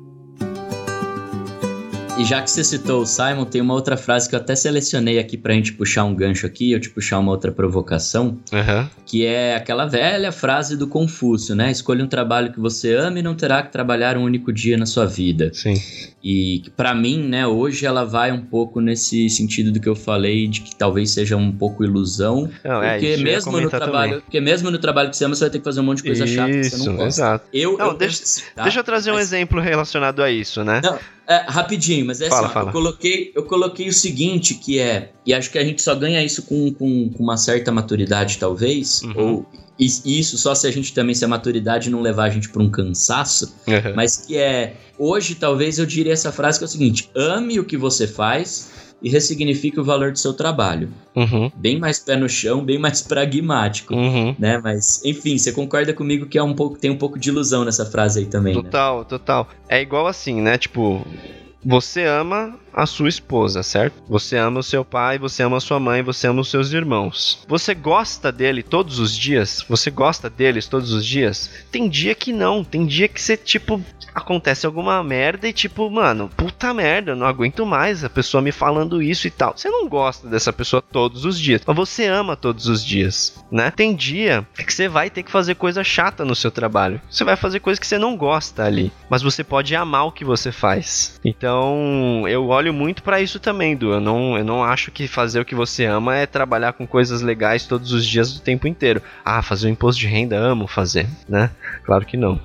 S1: E já que você citou o Simon, tem uma outra frase que eu até selecionei aqui pra gente puxar um gancho aqui, eu te puxar uma outra provocação,
S3: uhum.
S1: que é aquela velha frase do Confúcio, né? Escolha um trabalho que você ama e não terá que trabalhar um único dia na sua vida.
S3: Sim.
S1: E pra mim, né, hoje ela vai um pouco nesse sentido do que eu falei, de que talvez seja um pouco ilusão,
S3: não,
S1: porque,
S3: é,
S1: mesmo no trabalho, porque mesmo no trabalho que você ama, você vai ter que fazer um monte de coisa
S3: isso,
S1: chata que você não gosta.
S3: Exato.
S1: Eu,
S3: não,
S1: eu
S3: deixa,
S1: citar,
S3: deixa eu trazer
S1: mas...
S3: um exemplo relacionado a isso, né?
S1: Não. É, rapidinho, mas é
S3: fala,
S1: assim, ó,
S3: fala.
S1: Eu, coloquei, eu coloquei o seguinte, que é, e acho que a gente só ganha isso com, com, com uma certa maturidade, talvez,
S3: uhum.
S1: ou isso só se a gente também, se a maturidade não levar a gente para um cansaço,
S3: uhum.
S1: mas que é, hoje talvez eu diria essa frase que é o seguinte: ame o que você faz e ressignifique o valor do seu trabalho.
S3: Uhum.
S1: Bem mais pé no chão, bem mais pragmático,
S3: uhum.
S1: né? Mas, enfim, você concorda comigo que é um pouco, tem um pouco de ilusão nessa frase aí também,
S3: Total,
S1: né?
S3: total. É igual assim, né? Tipo, você ama a sua esposa, certo? Você ama o seu pai, você ama a sua mãe, você ama os seus irmãos. Você gosta dele todos os dias? Você gosta deles todos os dias? Tem dia que não, tem dia que você, tipo, acontece alguma merda e tipo, mano, puta merda, eu não aguento mais a pessoa me falando isso e tal. Você não gosta dessa pessoa todos os dias, mas você ama todos os dias, né? Tem dia que você vai ter que fazer coisa chata no seu trabalho. Você vai fazer coisa que você não gosta ali, mas você pode amar o que você faz. Então, eu olho muito pra isso também, Du. Eu não, eu não acho que fazer o que você ama é trabalhar com coisas legais todos os dias, o tempo inteiro. Ah, fazer o imposto de renda, amo fazer, né? Claro que não.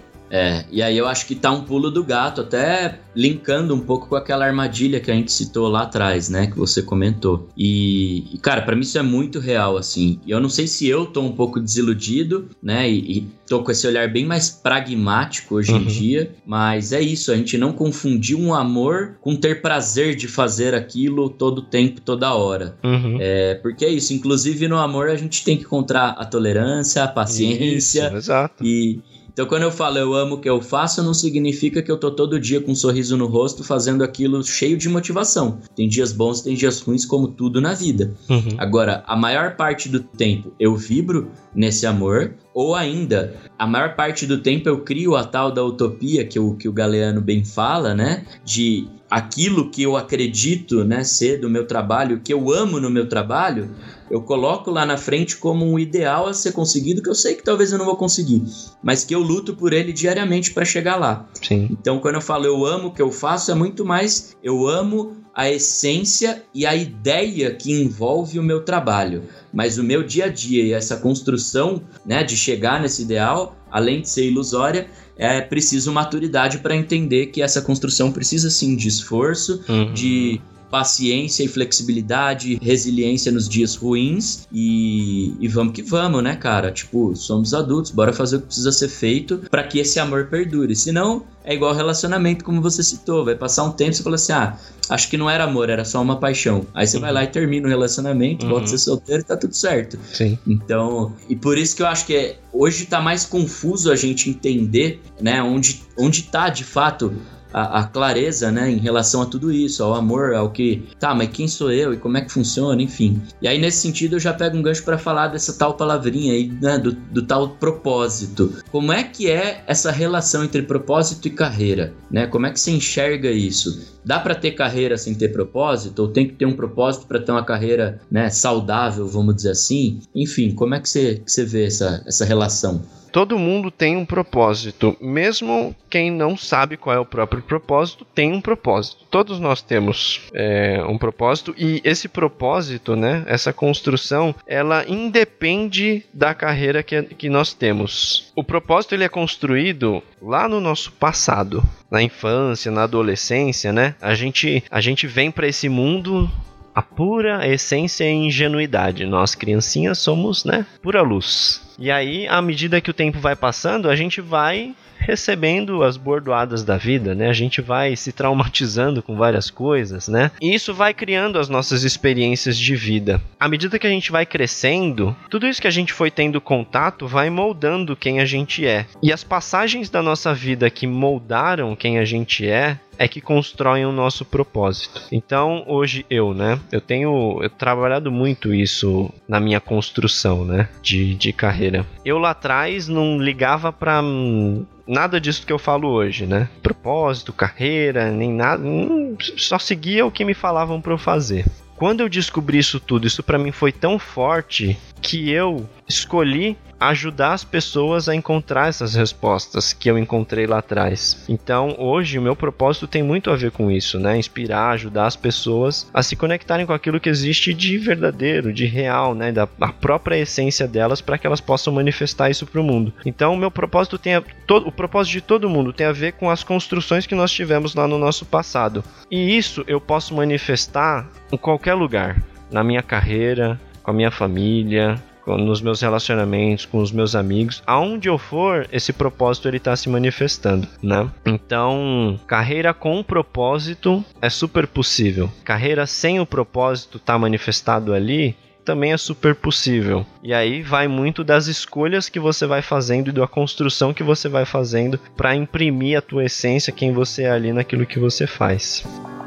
S1: É, e aí eu acho que tá um pulo do gato, até linkando um pouco com aquela armadilha que a gente citou lá atrás, né, que você comentou. E, e cara, pra mim isso é muito real, assim. E eu não sei se eu tô um pouco desiludido, né, e, e tô com esse olhar bem mais pragmático hoje
S3: uhum.
S1: em dia, mas é isso, a gente não confundir um amor com ter prazer de fazer aquilo todo tempo, toda hora.
S3: Uhum.
S1: É, porque é isso, inclusive no amor a gente tem que encontrar a tolerância, a paciência.
S3: Isso, exato.
S1: E... Então, quando eu falo eu amo o que eu faço, não significa que eu tô todo dia com um sorriso no rosto fazendo aquilo cheio de motivação. Tem dias bons, tem dias ruins, como tudo na vida.
S3: Uhum.
S1: Agora, a maior parte do tempo eu vibro nesse amor, ou ainda, a maior parte do tempo eu crio a tal da utopia que o, que o Galeano bem fala, né? De aquilo que eu acredito, né, ser do meu trabalho, que eu amo no meu trabalho, eu coloco lá na frente como um ideal a ser conseguido, que eu sei que talvez eu não vou conseguir, mas que eu luto por ele diariamente para chegar lá.
S3: Sim.
S1: Então, quando eu falo eu amo o que eu faço, é muito mais eu amo a essência e a ideia que envolve o meu trabalho. Mas o meu dia a dia e essa construção, né, de chegar nesse ideal, além de ser ilusória, é preciso maturidade para entender que essa construção precisa sim de esforço, uhum. de paciência e flexibilidade, resiliência nos dias ruins e, e vamos que vamos, né, cara? Tipo, somos adultos, bora fazer o que precisa ser feito para que esse amor perdure. Senão, é igual relacionamento, como você citou, vai passar um tempo e você fala assim, ah, acho que não era amor, era só uma paixão. Aí você uhum. vai lá e termina o relacionamento, uhum. volta a ser solteiro e tá tudo certo.
S3: Sim.
S1: Então, e por isso que eu acho que é, hoje tá mais confuso a gente entender, né, onde, onde tá de fato A, a clareza, né, em relação a tudo isso, ao amor, ao que, tá, mas quem sou eu e como é que funciona, enfim. E aí, nesse sentido, eu já pego um gancho para falar dessa tal palavrinha aí, né, do, do tal propósito. Como é que é essa relação entre propósito e carreira, né? Como é que você enxerga isso? Dá para ter carreira sem ter propósito? Ou tem que ter um propósito para ter uma carreira, né, saudável, vamos dizer assim? Enfim, como é que você, que você vê essa, essa relação?
S3: Todo mundo tem um propósito, mesmo quem não sabe qual é o próprio propósito, tem um propósito. Todos nós temos é, um propósito e esse propósito, né, essa construção, ela independe da carreira que, que nós temos. O propósito ele é construído lá no nosso passado, na infância, na adolescência, né? A gente, a gente vem para esse mundo a pura essência e ingenuidade. Nós, criancinhas, somos, né, pura luz. E aí, à medida que o tempo vai passando, a gente vai recebendo as bordoadas da vida, né? A gente vai se traumatizando com várias coisas, né? E isso vai criando as nossas experiências de vida. À medida que a gente vai crescendo, tudo isso que a gente foi tendo contato vai moldando quem a gente é. E as passagens da nossa vida que moldaram quem a gente é, é que constroem o nosso propósito. Então, hoje eu, né, eu tenho eu trabalhado muito isso na minha construção, né, de, de carreira. Eu lá atrás não ligava pra hum, nada disso que eu falo hoje, né, propósito, carreira, nem nada, hum, só seguia o que me falavam pra eu fazer. Quando eu descobri isso tudo, isso pra mim foi tão forte que eu escolhi ajudar as pessoas a encontrar essas respostas que eu encontrei lá atrás. Então, hoje, o meu propósito tem muito a ver com isso, né? Inspirar, ajudar as pessoas a se conectarem com aquilo que existe de verdadeiro, de real, né? Da a própria essência delas, para que elas possam manifestar isso para o mundo. Então, o meu propósito tem a, todo, o propósito de todo mundo tem a ver com as construções que nós tivemos lá no nosso passado. E isso eu posso manifestar em qualquer lugar, na minha carreira, com a minha família, nos meus relacionamentos, com os meus amigos, aonde eu for, esse propósito ele está se manifestando, né? Então, carreira com propósito é super possível. Carreira sem o propósito tá manifestado ali, também é super possível. E aí vai muito das escolhas que você vai fazendo e da construção que você vai fazendo para imprimir a tua essência, quem você é ali naquilo que você faz.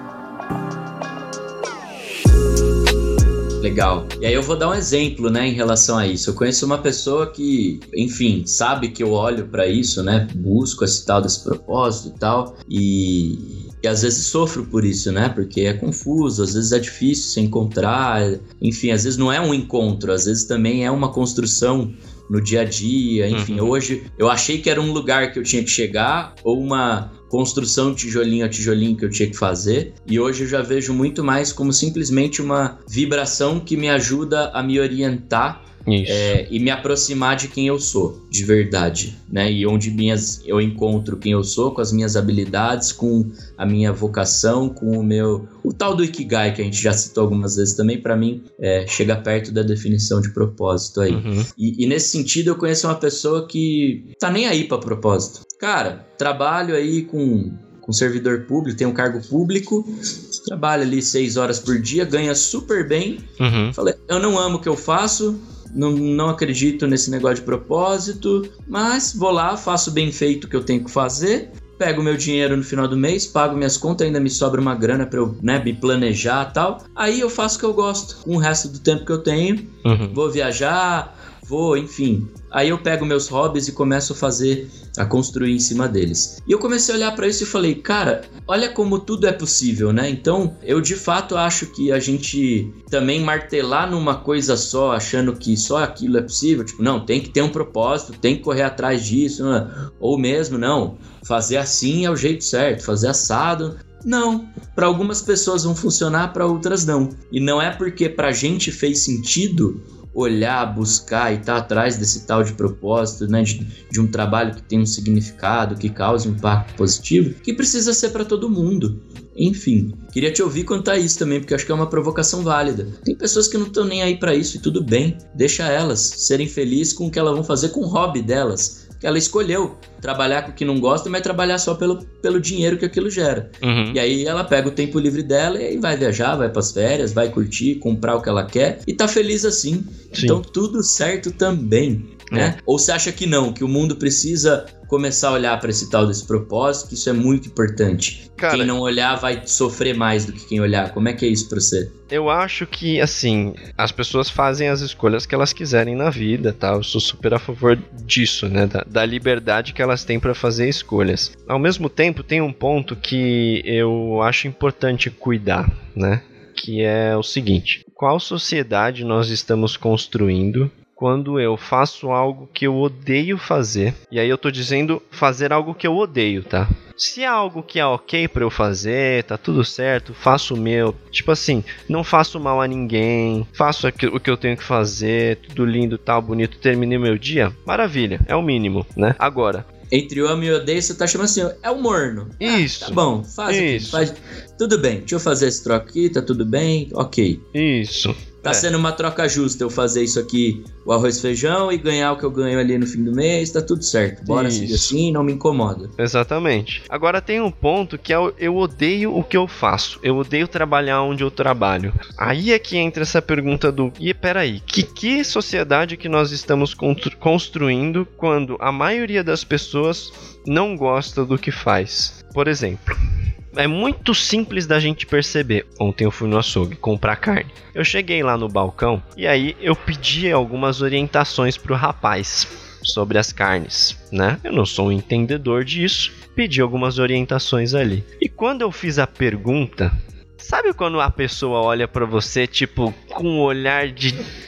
S1: Legal. E aí eu vou dar um exemplo, né, em relação a isso. Eu conheço uma pessoa que, enfim, sabe que eu olho pra isso, né, busco esse tal desse propósito e tal, e... E às vezes sofro por isso, né? Porque é confuso, às vezes é difícil se encontrar. Enfim, às vezes não é um encontro, às vezes também é uma construção no dia a dia. Enfim, uhum. Hoje eu achei que era um lugar que eu tinha que chegar ou uma construção tijolinho a tijolinho que eu tinha que fazer. E hoje eu já vejo muito mais como simplesmente uma vibração que me ajuda a me orientar É, e me aproximar de quem eu sou, de verdade, né? E onde minhas, eu encontro quem eu sou com as minhas habilidades, com a minha vocação, com o meu... O tal do Ikigai, que a gente já citou algumas vezes também, pra mim, é, chega perto da definição de propósito aí. Uhum. E, e nesse sentido, eu conheço uma pessoa que tá nem aí pra propósito. Cara, trabalho aí com... com servidor público, tem um cargo público, trabalha ali seis horas por dia, ganha super bem. Uhum. Falei, eu não amo o que eu faço, não, não acredito nesse negócio de propósito, mas vou lá, faço bem feito o que eu tenho que fazer, pego meu dinheiro no final do mês, pago minhas contas, ainda me sobra uma grana pra eu, né, me planejar e tal. Aí eu faço o que eu gosto, com o resto do tempo que eu tenho, uhum. Vou viajar, vou, enfim... Aí eu pego meus hobbies e começo a fazer, a construir em cima deles. E eu comecei a olhar pra isso e falei, cara, olha como tudo é possível, né? Então, eu de fato acho que a gente também martelar numa coisa só, achando que só aquilo é possível, tipo, não, tem que ter um propósito, tem que correr atrás disso, né? Ou mesmo, não, fazer assim é o jeito certo, fazer assado... Não, para algumas pessoas vão funcionar, para outras não. E não é porque pra gente fez sentido olhar, buscar e estar tá atrás desse tal de propósito, né, de, de um trabalho que tem um significado, que cause um impacto positivo, que precisa ser para todo mundo. Enfim, queria te ouvir quanto a isso também, porque eu acho que é uma provocação válida. Tem pessoas que não estão nem aí para isso e tudo bem, deixa elas serem felizes com o que elas vão fazer com o hobby delas. Que ela escolheu trabalhar com o que não gosta, mas trabalhar só pelo, pelo dinheiro que aquilo gera. Uhum. E aí ela pega o tempo livre dela e aí vai viajar, vai pras férias, vai curtir, comprar o que ela quer e tá feliz assim. Sim. Então tudo certo também, né? É. Ou você acha que não, que o mundo precisa começar a olhar para esse tal desse propósito, que isso é muito importante. Cara, quem não olhar vai sofrer mais do que quem olhar. Como é que é isso pra você?
S3: Eu acho que, assim, as pessoas fazem as escolhas que elas quiserem na vida, tá? Eu sou super a favor disso, né? Da, da liberdade que elas têm para fazer escolhas. Ao mesmo tempo, tem um ponto que eu acho importante cuidar, né? Que é o seguinte: qual sociedade nós estamos construindo quando eu faço algo que eu odeio fazer? E aí eu tô dizendo fazer algo que eu odeio, tá? Se é algo que é ok pra eu fazer, tá tudo certo, faço o meu. Tipo assim, não faço mal a ninguém, faço o que eu tenho que fazer, tudo lindo, tal, bonito, terminei meu dia, maravilha, é o mínimo, né? Agora,
S1: entre o amo e o odeio, você tá chamando assim, é o morno.
S3: Isso.
S1: Ah, tá bom, faz isso. Aqui, faz... Tudo bem, deixa eu fazer esse troco aqui, tá tudo bem, ok.
S3: Isso.
S1: Tá é. sendo uma troca justa eu fazer isso aqui, o arroz e feijão, e ganhar o que eu ganho ali no fim do mês, tá tudo certo. Bora isso. seguir assim, não me incomoda.
S3: Exatamente. Agora tem um ponto que é o, eu odeio o que eu faço. Eu odeio trabalhar onde eu trabalho. Aí é que entra essa pergunta do, e peraí, que, que sociedade que nós estamos construindo quando a maioria das pessoas não gosta do que faz? Por exemplo, é muito simples da gente perceber. Ontem eu fui no açougue comprar carne. Eu cheguei lá no balcão e aí eu pedi algumas orientações pro rapaz sobre as carnes, né? Eu não sou um entendedor disso. Pedi algumas orientações ali. E quando eu fiz a pergunta, sabe quando a pessoa olha pra você, tipo, com um olhar de...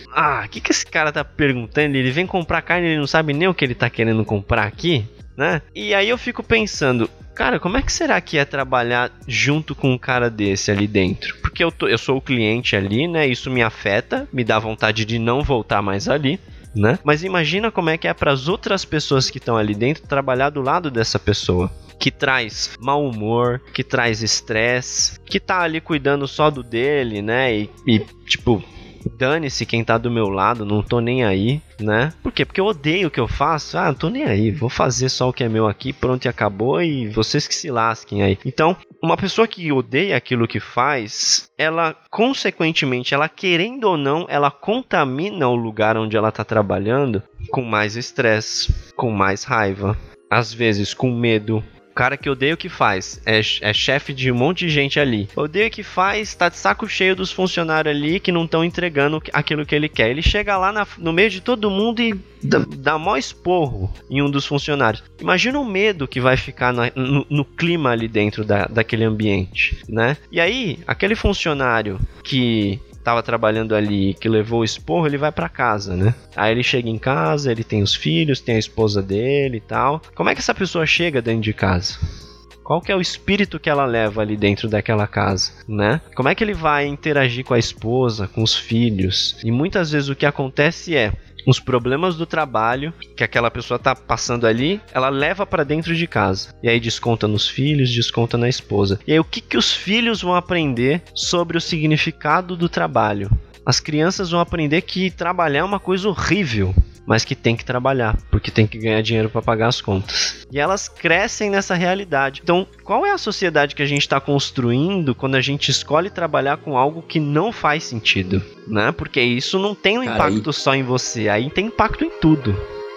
S3: ah, o que, que esse cara tá perguntando? Ele vem comprar carne e ele não sabe nem o que ele tá querendo comprar aqui, né? E aí eu fico pensando, cara, como é que será que é trabalhar junto com um cara desse ali dentro? Porque eu, tô, eu sou o cliente ali, né? Isso me afeta, me dá vontade de não voltar mais ali, né? Mas imagina como é que é para as outras pessoas que estão ali dentro trabalhar do lado dessa pessoa, que traz mau humor, que traz estresse, que tá ali cuidando só do dele, né? E, e tipo, dane-se quem tá do meu lado, não tô nem aí, né? Por quê? Porque eu odeio o que eu faço. Ah, não tô nem aí, vou fazer só o que é meu aqui, pronto e acabou, e vocês que se lasquem aí. Então, uma pessoa que odeia aquilo que faz, ela, consequentemente, ela querendo ou não, ela contamina o lugar onde ela tá trabalhando com mais estresse, com mais raiva, às vezes com medo. O cara que odeia o que faz, é, é chefe de um monte de gente ali. Odeia o que faz, tá de saco cheio dos funcionários ali que não estão entregando aquilo que ele quer. Ele chega lá na, no meio de todo mundo e dá, dá mó esporro em um dos funcionários. Imagina o medo que vai ficar na, no, no clima ali dentro da, daquele ambiente, né? E aí, aquele funcionário que tava trabalhando ali, que levou o esporro, ele vai pra casa, né? Aí ele chega em casa, ele tem os filhos, tem a esposa dele e tal. Como é que essa pessoa chega dentro de casa? Qual que é o espírito que ela leva ali dentro daquela casa, né? Como é que ele vai interagir com a esposa, com os filhos? E muitas vezes o que acontece é, os problemas do trabalho que aquela pessoa tá passando ali, ela leva pra dentro de casa. E aí desconta nos filhos, desconta na esposa. E aí o que que os filhos vão aprender sobre o significado do trabalho? As crianças vão aprender que trabalhar é uma coisa horrível, mas que tem que trabalhar, porque tem que ganhar dinheiro para pagar as contas. E elas crescem nessa realidade. Então, qual é a sociedade que a gente está construindo quando a gente escolhe trabalhar com algo que não faz sentido, né? Porque isso não tem um
S1: Cara,
S3: impacto
S1: aí...
S3: só em você, aí tem impacto em tudo.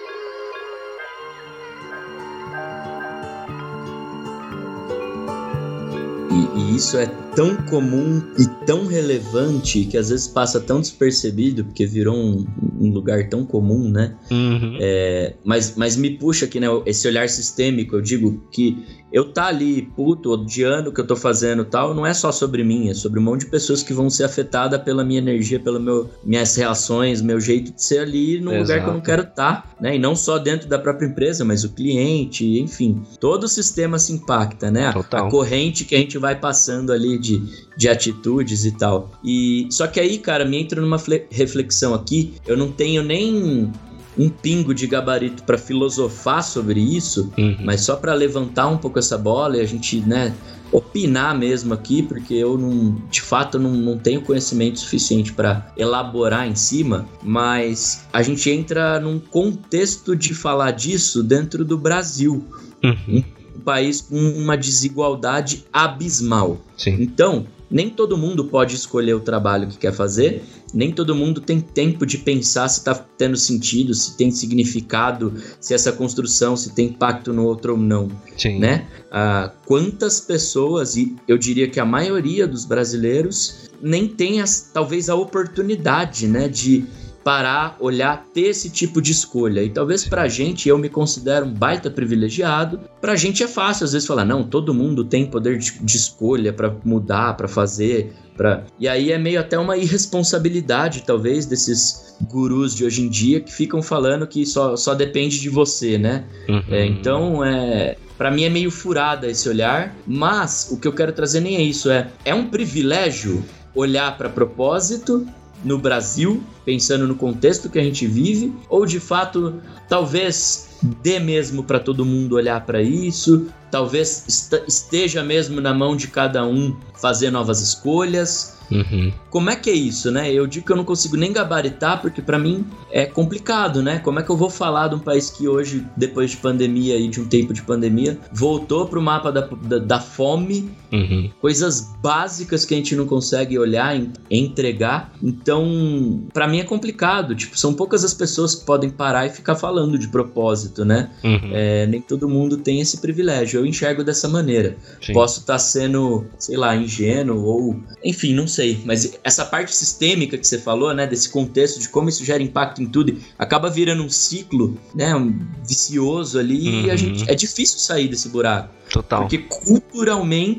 S1: E, e isso é tão comum e tão relevante que às vezes passa tão despercebido, porque virou um, um lugar tão comum, né?
S3: Uhum.
S1: É, mas, mas me puxa aqui, né? Esse olhar sistêmico, eu digo que eu tá ali, puto, odiando o que eu tô fazendo e tal, não é só sobre mim, é sobre um monte de pessoas que vão ser afetadas pela minha energia, pelas minhas reações, meu jeito de ser ali num
S3: Exato.
S1: lugar que eu não quero estar, né? E não só dentro da própria empresa, mas o cliente, enfim. Todo o sistema se impacta, né?
S3: Total.
S1: A corrente que a gente vai passando ali de, de atitudes e tal. E, só que aí, cara, me entra numa reflexão aqui, eu não tenho nem um pingo de gabarito para filosofar sobre isso, uhum. mas só para levantar um pouco essa bola e a gente, né, opinar mesmo aqui, porque eu não, de fato não, não tenho conhecimento suficiente para elaborar em cima, mas a gente entra num contexto de falar disso dentro do Brasil, uhum. um país com uma desigualdade abismal.
S3: Sim.
S1: Então, nem todo mundo pode escolher o trabalho que quer fazer, nem todo mundo tem tempo de pensar se está tendo sentido, se tem significado, se essa construção, se tem impacto no outro ou não.
S3: Sim.
S1: Né? Ah, quantas pessoas, e eu diria que a maioria dos brasileiros, nem tem as, talvez a oportunidade, né, de parar, olhar, ter esse tipo de escolha. E talvez pra gente, eu me considero um baita privilegiado, pra gente é fácil às vezes falar, não, todo mundo tem poder de, de escolha pra mudar, pra fazer, pra... E aí é meio até uma irresponsabilidade, talvez, desses gurus de hoje em dia que ficam falando que só, só depende de você, né? Uhum. É, então, é... Pra mim é meio furada esse olhar, mas o que eu quero trazer nem é isso, é, é um privilégio olhar pra propósito no Brasil, pensando no contexto que a gente vive, ou de fato, talvez dê mesmo para todo mundo olhar para isso, talvez est- esteja mesmo na mão de cada um fazer novas escolhas. Uhum. Como é que é isso, né? Eu digo que eu não consigo nem gabaritar, porque pra mim é complicado, né? Como é que eu vou falar de um país que hoje, depois de pandemia e de um tempo de pandemia, voltou pro mapa da, da, da fome, uhum. coisas básicas que a gente não consegue olhar e entregar. Então, pra mim é complicado. Tipo, são poucas as pessoas que podem parar e ficar falando de propósito, né? Uhum. É, nem todo mundo tem esse privilégio. Eu enxergo dessa maneira. Sim. Posso estar sendo, sei lá, ingênuo ou... Enfim, não sei. Mas essa parte sistêmica que você falou, né? Desse contexto de como isso gera impacto em tudo, acaba virando um ciclo, né? Um vicioso ali, uhum. e a gente, é difícil sair desse buraco.
S3: Total.
S1: Porque culturalmente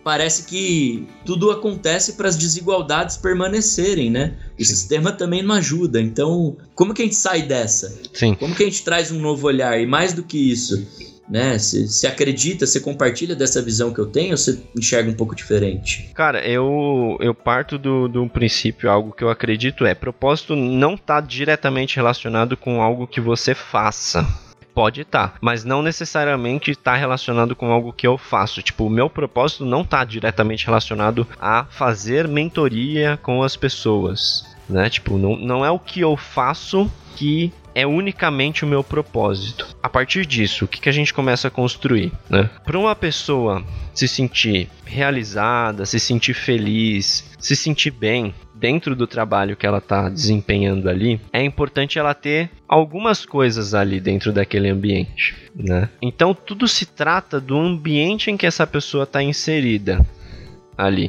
S1: parece que tudo acontece para as desigualdades permanecerem, né? O Sim. sistema também não ajuda. Então, como que a gente sai dessa?
S3: Sim.
S1: Como que a gente traz um novo olhar? E mais do que isso, né? Você, você acredita, você compartilha dessa visão que eu tenho ou você enxerga um pouco diferente?
S3: Cara, eu, eu parto do, do princípio, algo que eu acredito é, propósito não está diretamente relacionado com algo que você faça. Pode estar, mas não necessariamente está relacionado com algo que eu faço. Tipo, o meu propósito não está diretamente relacionado a fazer mentoria com as pessoas, né? Tipo, não, não é o que eu faço que é unicamente o meu propósito. A partir disso, o que, que a gente começa a construir, né? Para uma pessoa se sentir realizada, se sentir feliz, se sentir bem dentro do trabalho que ela está desempenhando ali, é importante ela ter algumas coisas ali dentro daquele ambiente, né? Então tudo se trata do ambiente em que essa pessoa está inserida ali.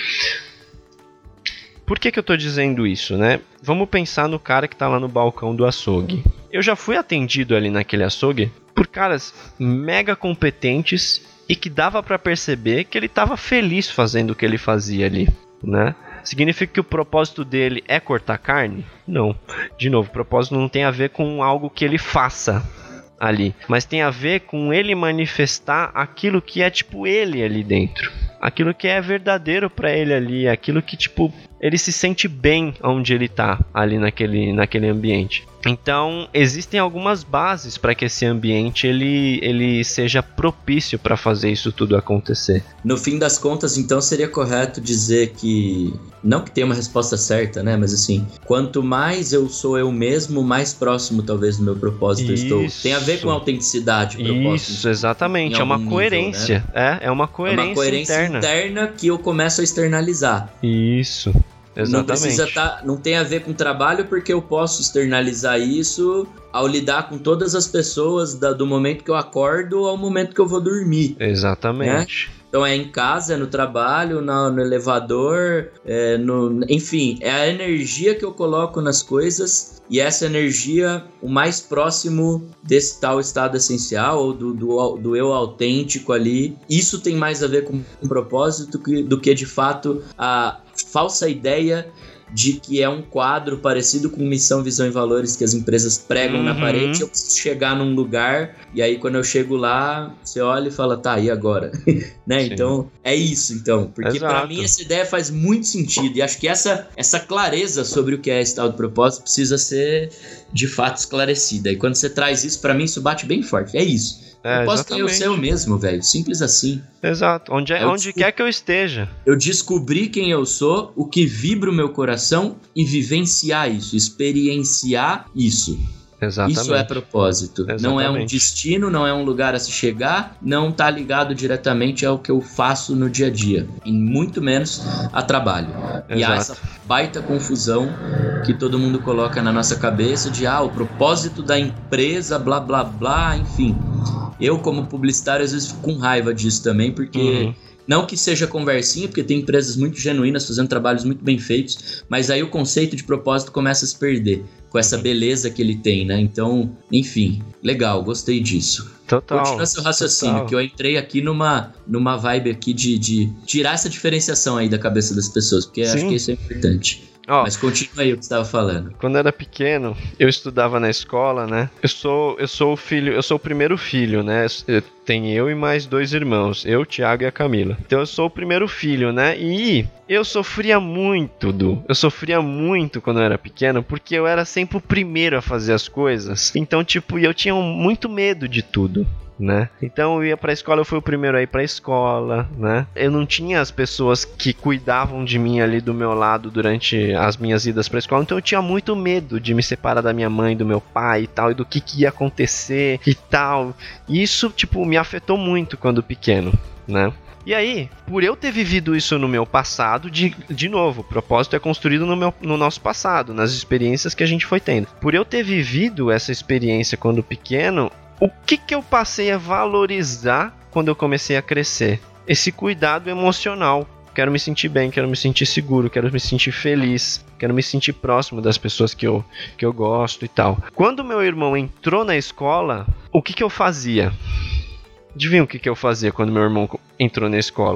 S3: Por que que eu estou dizendo isso, né? Vamos pensar no cara que está lá no balcão do açougue. Eu já fui atendido ali naquele açougue por caras mega competentes e que dava para perceber que ele estava feliz fazendo o que ele fazia ali, né? Significa que o propósito dele é cortar carne? Não. De novo, o propósito não tem a ver com algo que ele faça ali, mas tem a ver com ele manifestar aquilo que é tipo ele ali dentro. Aquilo que é verdadeiro pra ele ali, aquilo que tipo ele se sente bem onde ele tá ali naquele, naquele ambiente. Então, existem algumas bases para que esse ambiente ele, ele seja propício para fazer isso tudo acontecer.
S1: No fim das contas, então, seria correto dizer que, não que tenha uma resposta certa, né? Mas assim, quanto mais eu sou eu mesmo, mais próximo talvez do meu propósito
S3: isso.
S1: eu estou. Tem a ver com autenticidade, propósito.
S3: Isso, exatamente. É uma nível, coerência. Né? É, é uma coerência, é uma coerência interna.
S1: interna que eu começo a externalizar.
S3: Isso. Exatamente.
S1: Não precisa tá, não tem a ver com trabalho, porque eu posso externalizar isso ao lidar com todas as pessoas da, do momento que eu acordo ao momento que eu vou dormir.
S3: Exatamente.
S1: Né? Então é em casa, é no trabalho, no, no elevador, é no, enfim, é a energia que eu coloco nas coisas e essa energia o mais próximo desse tal estado essencial ou do, do, do eu autêntico ali. Isso tem mais a ver com um propósito que, do que de fato a falsa ideia de que é um quadro parecido com missão, visão e valores que as empresas pregam uhum. na parede. Eu preciso chegar num lugar e aí quando eu chego lá, você olha e fala, tá, e agora? Né? Então, é isso, então. Porque para mim essa ideia faz muito sentido e acho que essa, essa clareza sobre o que é esse tal de propósito precisa ser de fato esclarecida. E quando você traz isso, para mim isso bate bem forte. É isso.
S3: É,
S1: eu posso ter o seu mesmo, velho. Simples assim.
S3: Exato. Onde, é, onde quer que eu esteja.
S1: Eu descobri quem eu sou, o que vibra o meu coração e vivenciar isso, experienciar isso.
S3: Exatamente.
S1: Isso é propósito.
S3: Exatamente.
S1: Não é um destino, não é um lugar a se chegar, não tá ligado diretamente ao que eu faço no dia a dia. E muito menos a trabalho.
S3: Exato.
S1: E há essa baita confusão que todo mundo coloca na nossa cabeça de, ah, o propósito da empresa, blá, blá, blá, enfim. Eu, como publicitário, às vezes fico com raiva disso também, porque... Uhum. Não que seja conversinha, porque tem empresas muito genuínas fazendo trabalhos muito bem feitos, mas aí o conceito de propósito começa a se perder com essa beleza que ele tem, né? Então, enfim, legal, gostei disso.
S3: Total.
S1: Continua seu raciocínio,
S3: total.
S1: Que eu entrei aqui numa, numa vibe aqui de, de tirar essa diferenciação aí da cabeça das pessoas, porque Sim. acho que isso é importante. Oh, mas continua aí o que você estava falando.
S3: Quando eu era pequeno, eu estudava na escola, né? Eu sou, eu sou o filho, eu sou o primeiro filho, né? Eu, tem eu e mais dois irmãos, eu, Thiago e a Camila. Então eu sou o primeiro filho, né? E eu sofria muito, Du. Eu sofria muito quando eu era pequeno, porque eu era sempre o primeiro a fazer as coisas. Então, tipo, eu tinha muito medo de tudo. Né? Então eu ia pra escola, eu fui o primeiro a ir pra escola, né? Eu não tinha as pessoas que cuidavam de mim ali do meu lado durante as minhas idas pra escola, então eu tinha muito medo de me separar da minha mãe, do meu pai e tal, e do que, que ia acontecer e tal. E isso, tipo, me afetou muito quando pequeno, né? E aí, por eu ter vivido isso no meu passado, de, de novo, o propósito é construído no, meu, no nosso passado, nas experiências que a gente foi tendo. Por eu ter vivido essa experiência quando pequeno, o que que eu passei a valorizar quando eu comecei a crescer? Esse cuidado emocional. Quero me sentir bem, quero me sentir seguro, quero me sentir feliz, quero me sentir próximo das pessoas que eu, que eu gosto e tal. Quando meu irmão entrou na escola, o que que eu fazia? Adivinha o que que eu fazia quando meu irmão entrou na escola?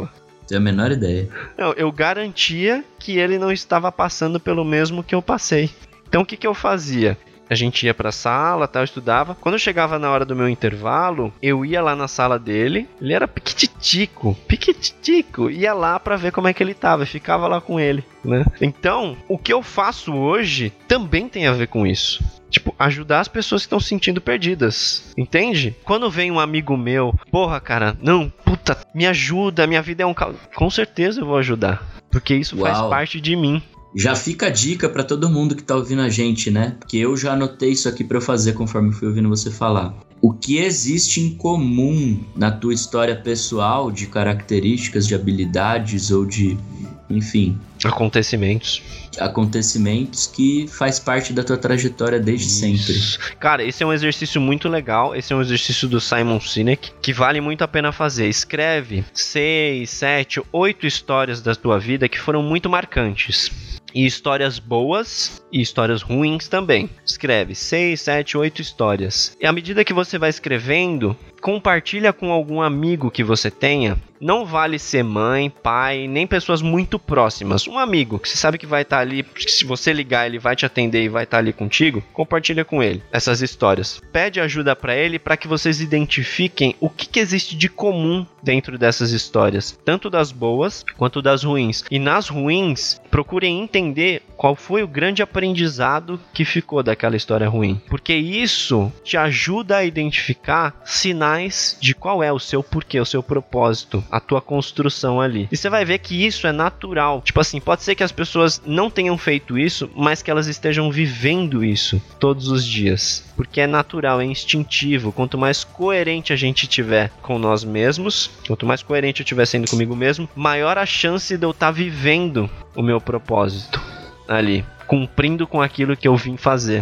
S1: Tenho a menor ideia.
S3: Não, eu garantia que ele não estava passando pelo mesmo que eu passei. Então o que, que eu fazia? A gente ia pra sala, tal, estudava. Quando eu chegava na hora do meu intervalo, eu ia lá na sala dele. Ele era piquititico, piquititico. Ia lá pra ver como é que ele tava e ficava lá com ele, né? Então, o que eu faço hoje também tem a ver com isso. Tipo, ajudar as pessoas que estão se sentindo perdidas, entende? Quando vem um amigo meu, porra, cara, não, puta, me ajuda, minha vida é um caos. Com certeza eu vou ajudar, porque isso Uau. faz parte de mim.
S1: Já fica a dica pra todo mundo que tá ouvindo a gente, né? Porque eu já anotei isso aqui pra eu fazer conforme fui ouvindo você falar. O que existe em comum na tua história pessoal de características, de habilidades ou de, enfim...
S3: Acontecimentos.
S1: Acontecimentos que faz parte da tua trajetória desde Isso. sempre.
S3: Cara, esse é um exercício muito legal. Esse é um exercício do Simon Sinek que vale muito a pena fazer. Escreve seis, sete, oito histórias da tua vida que foram muito marcantes. E histórias boas e histórias ruins também. Escreve seis, sete, oito histórias. E à medida que você vai escrevendo, compartilha com algum amigo que você tenha. Não vale ser mãe, pai, nem pessoas muito próximas. Um amigo que você sabe que vai estar ali, se você ligar ele vai te atender e vai estar ali contigo. Compartilha com ele essas histórias. Pede ajuda para ele para que vocês identifiquem o que, que existe de comum dentro dessas histórias. Tanto das boas quanto das ruins. E nas ruins, procurem entender qual foi o grande aprendizado que ficou daquela história ruim. Porque isso te ajuda a identificar sinais de qual é o seu porquê, o seu propósito, a tua construção ali. E você vai ver que isso é natural. Tipo assim, pode ser que as pessoas não tenham feito isso, mas que elas estejam vivendo isso todos os dias. Porque é natural, é instintivo. Quanto mais coerente a gente tiver com nós mesmos, quanto mais coerente eu estiver sendo comigo mesmo, maior a chance de eu estar vivendo o meu propósito ali, cumprindo com aquilo que eu vim fazer.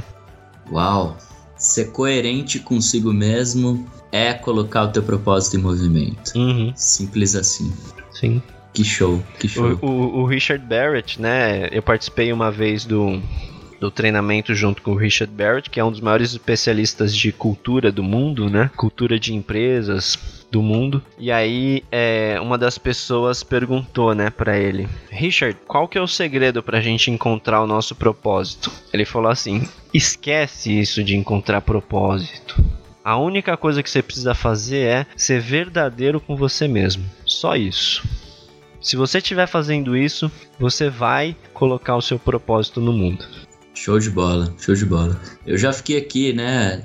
S1: Uau! Ser coerente consigo mesmo é colocar o teu propósito em movimento.
S3: Uhum.
S1: Simples assim.
S3: Sim.
S1: Que show, que show.
S3: O, o, o Richard Barrett, né? Eu participei uma vez do, do treinamento junto com o Richard Barrett, que é um dos maiores especialistas de cultura do mundo, né? Cultura de empresas do mundo. E aí, é, uma das pessoas perguntou, né, pra ele: Richard, qual que é o segredo pra gente encontrar o nosso propósito? Ele falou assim: esquece isso de encontrar propósito. A única coisa que você precisa fazer é ser verdadeiro com você mesmo. Só isso. Se você estiver fazendo isso, você vai colocar o seu propósito no mundo.
S1: Show de bola, show de bola. Eu já fiquei aqui, né...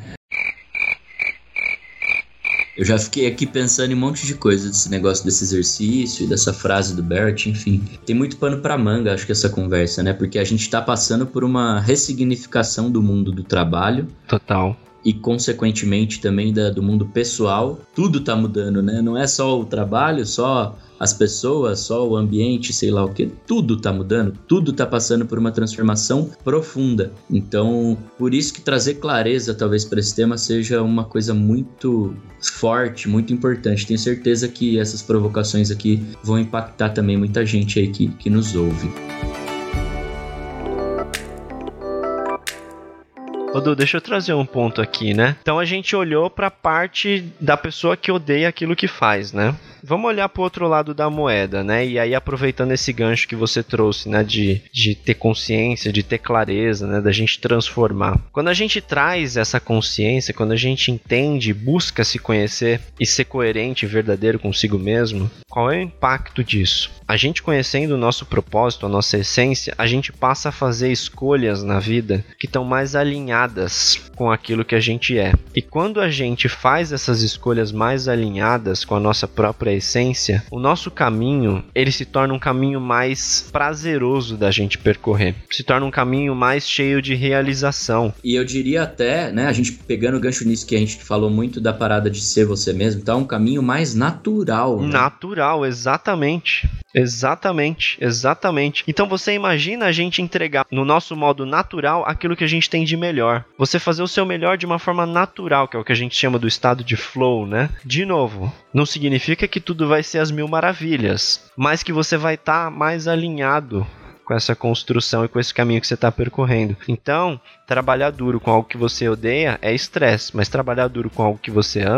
S1: Eu já fiquei aqui pensando em um monte de coisa desse negócio desse exercício e dessa frase do Barrett, enfim. Tem muito pano pra manga, acho que essa conversa, né? Porque a gente tá passando por uma ressignificação do mundo do trabalho.
S3: Total.
S1: E, consequentemente, também da, do mundo pessoal. Tudo tá mudando, né? Não é só o trabalho, só as pessoas, só o ambiente, sei lá o que. Tudo tá mudando, tudo tá passando por uma transformação profunda. Então, por isso que trazer clareza, talvez, para esse tema seja uma coisa muito forte, muito importante. Tenho certeza que essas provocações aqui vão impactar também muita gente aí que, que nos ouve.
S3: Odu, deixa eu trazer um ponto aqui, né? Então a gente olhou para a parte da pessoa que odeia aquilo que faz, né? Vamos olhar para o outro lado da moeda, né? E aí, aproveitando esse gancho que você trouxe, né? De, de ter consciência, de ter clareza, né? Da gente transformar. Quando a gente traz essa consciência, quando a gente entende, busca se conhecer e ser coerente e verdadeiro consigo mesmo, qual é o impacto disso? A gente conhecendo o nosso propósito, a nossa essência, a gente passa a fazer escolhas na vida que estão mais alinhadas com aquilo que a gente é. E quando a gente faz essas escolhas mais alinhadas com a nossa própria essência, o nosso caminho, ele se torna um caminho mais prazeroso da gente percorrer. Se torna um caminho mais cheio de realização.
S1: E eu diria até, né, a gente pegando o gancho nisso que a gente falou muito da parada de ser você mesmo, tá um caminho mais natural. Né?
S3: Natural, exatamente. Exatamente, exatamente. Então você imagina a gente entregar no nosso modo natural aquilo que a gente tem de melhor. Você fazer o seu melhor de uma forma natural, que é o que a gente chama do estado de flow, né? De novo, não significa que tudo vai ser as mil maravilhas, mas que você vai estar tá mais alinhado com essa construção e com esse caminho que você está percorrendo. Então, trabalhar duro com algo que você odeia é estresse, mas trabalhar duro com algo que você ama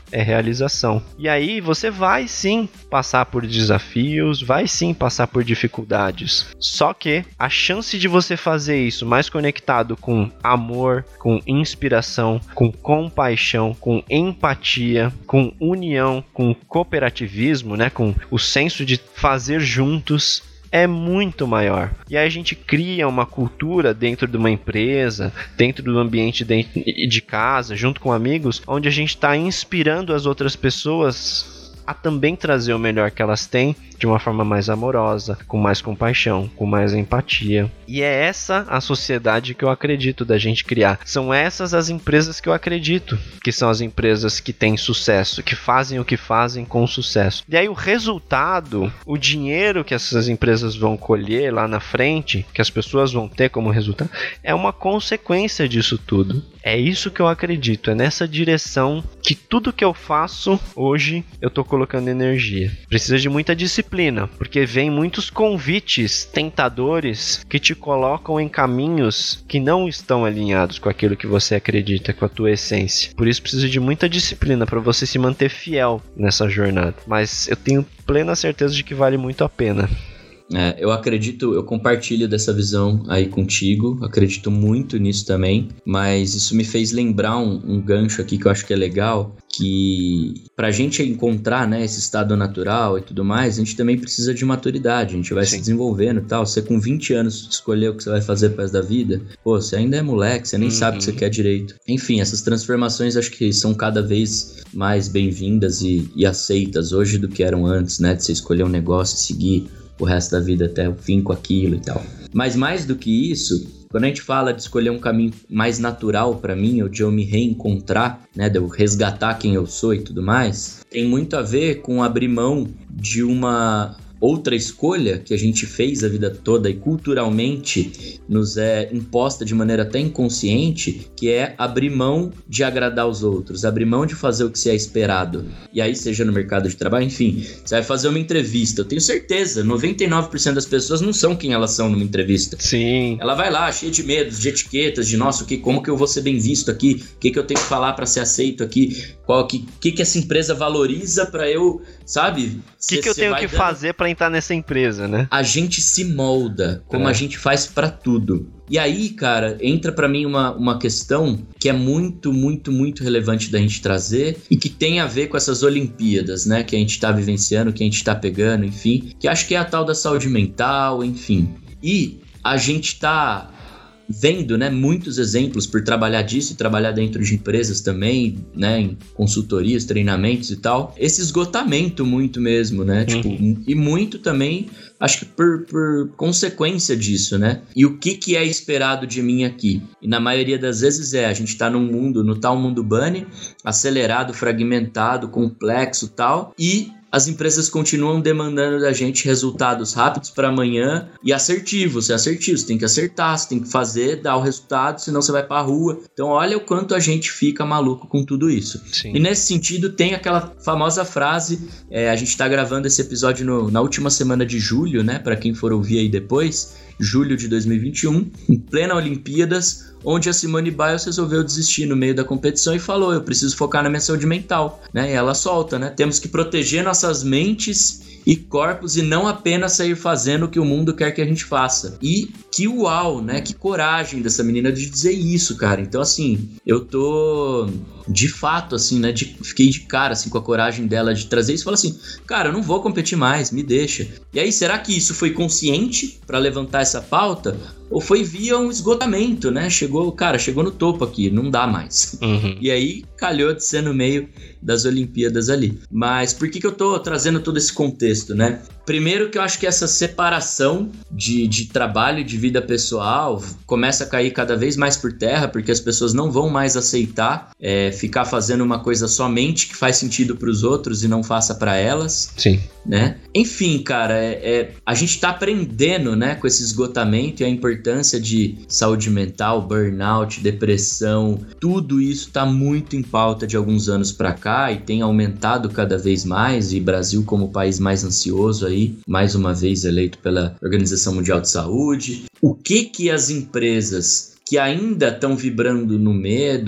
S3: é realização. E aí você vai sim passar por desafios, vai sim passar por dificuldades. Só que a chance de você fazer isso mais conectado com amor, com inspiração, com compaixão, com empatia, com união, com cooperativismo, né, com o senso de fazer juntos, é muito maior. E aí a gente cria uma cultura dentro de uma empresa, dentro do ambiente de casa, junto com amigos, onde a gente está inspirando as outras pessoas a também trazer o melhor que elas têm de uma forma mais amorosa, com mais compaixão, com mais empatia. E é essa a sociedade que eu acredito da gente criar. São essas as empresas que eu acredito que são as empresas que têm sucesso, que fazem o que fazem com sucesso. E aí o resultado, o dinheiro que essas empresas vão colher lá na frente, que as pessoas vão ter como resultado, é uma consequência disso tudo. É isso que eu acredito, é nessa direção que tudo que eu faço hoje eu tô colocando energia. Precisa de muita disciplina, porque vem muitos convites tentadores que te colocam em caminhos que não estão alinhados com aquilo que você acredita, com a tua essência. Por isso precisa de muita disciplina para você se manter fiel nessa jornada. Mas eu tenho plena certeza de que vale muito a pena.
S1: É, eu acredito, eu compartilho dessa visão aí contigo, acredito muito nisso também, mas isso me fez lembrar um, um gancho aqui que eu acho que é legal, que pra gente encontrar, né, esse estado natural e tudo mais, a gente também precisa de maturidade, a gente vai Sim. se desenvolvendo e tal. Você com vinte anos escolher o que você vai fazer pro resto da vida, pô, você ainda é moleque, você nem uhum. sabe o que você quer direito. Enfim, essas transformações acho que são cada vez mais bem-vindas e, e aceitas hoje do que eram antes, né, de você escolher um negócio e seguir o resto da vida até o fim com aquilo e tal. Mas mais do que isso, quando a gente fala de escolher um caminho mais natural pra mim, ou de eu me reencontrar, né, de eu resgatar quem eu sou e tudo mais, tem muito a ver com abrir mão de uma outra escolha que a gente fez a vida toda e culturalmente nos é imposta de maneira até inconsciente, que é abrir mão de agradar os outros, abrir mão de fazer o que se é esperado. E aí, seja no mercado de trabalho, enfim, você vai fazer uma entrevista. Eu tenho certeza, noventa e nove por cento das pessoas não são quem elas são numa entrevista.
S3: Sim.
S1: Ela vai lá, cheia de medos, de etiquetas, de nossa, o que, como que eu vou ser bem visto aqui? O que, que eu tenho que falar para ser aceito aqui? Qual que, que, que essa empresa valoriza para eu, sabe?
S3: O que, que eu tenho que dando... fazer para entrar nessa empresa, né?
S1: A gente se molda como é. a gente faz para tudo. E aí, cara, entra pra mim uma, uma questão que é muito, muito, muito relevante da gente trazer e que tem a ver com essas Olimpíadas, né? Que a gente tá vivenciando, que a gente tá pegando, enfim. Que acho que é a tal da saúde mental, enfim. E a gente tá vendo, né, muitos exemplos por trabalhar disso e trabalhar dentro de empresas também, né, em consultorias, treinamentos e tal. Esse esgotamento muito mesmo, né? Uhum. Tipo, e muito também... Acho que por, por consequência disso, né? E o que, que é esperado de mim aqui? E na maioria das vezes é, a gente tá num mundo, no tal mundo bunny, acelerado, fragmentado, complexo e tal, e as empresas continuam demandando da gente resultados rápidos para amanhã e assertivos. Você é assertivo, você tem que acertar, você tem que fazer, dar o resultado, senão você vai pra rua. Então olha o quanto a gente fica maluco com tudo isso.
S3: Sim.
S1: E nesse sentido tem aquela famosa frase, é, a gente tá gravando esse episódio no, na última semana de julho, né? Para quem for ouvir aí depois, julho de dois mil e vinte e um, em plena Olimpíadas, onde a Simone Biles resolveu desistir no meio da competição e falou, eu preciso focar na minha saúde mental, né? E ela solta, né? Temos que proteger nossas mentes e corpos e não apenas sair fazendo o que o mundo quer que a gente faça. E que uau, né? Que coragem dessa menina de dizer isso, cara. Então, assim, eu tô... de fato, assim, né, de, fiquei de cara, assim, com a coragem dela de trazer isso e falar assim, cara, eu não vou competir mais, me deixa. E aí, será que isso foi consciente pra levantar essa pauta? Ou foi via um esgotamento, né? Chegou, cara, chegou no topo aqui, não dá mais.
S3: Uhum.
S1: E aí, calhou de ser no meio das Olimpíadas ali. Mas por que que eu tô trazendo todo esse contexto, né? Primeiro que eu acho que essa separação de, de trabalho e de vida pessoal começa a cair cada vez mais por terra, porque as pessoas não vão mais aceitar é, ficar fazendo uma coisa somente que faz sentido para os outros e não faça para elas.
S3: Sim.
S1: Né? Enfim, cara, é, é, a gente tá aprendendo, né, com esse esgotamento e a importância de saúde mental, burnout, depressão, tudo isso tá muito em pauta de alguns anos pra cá e tem aumentado cada vez mais, e Brasil como o país mais ansioso aí, mais uma vez eleito pela Organização Mundial de Saúde. O que que as empresas que ainda estão vibrando no medo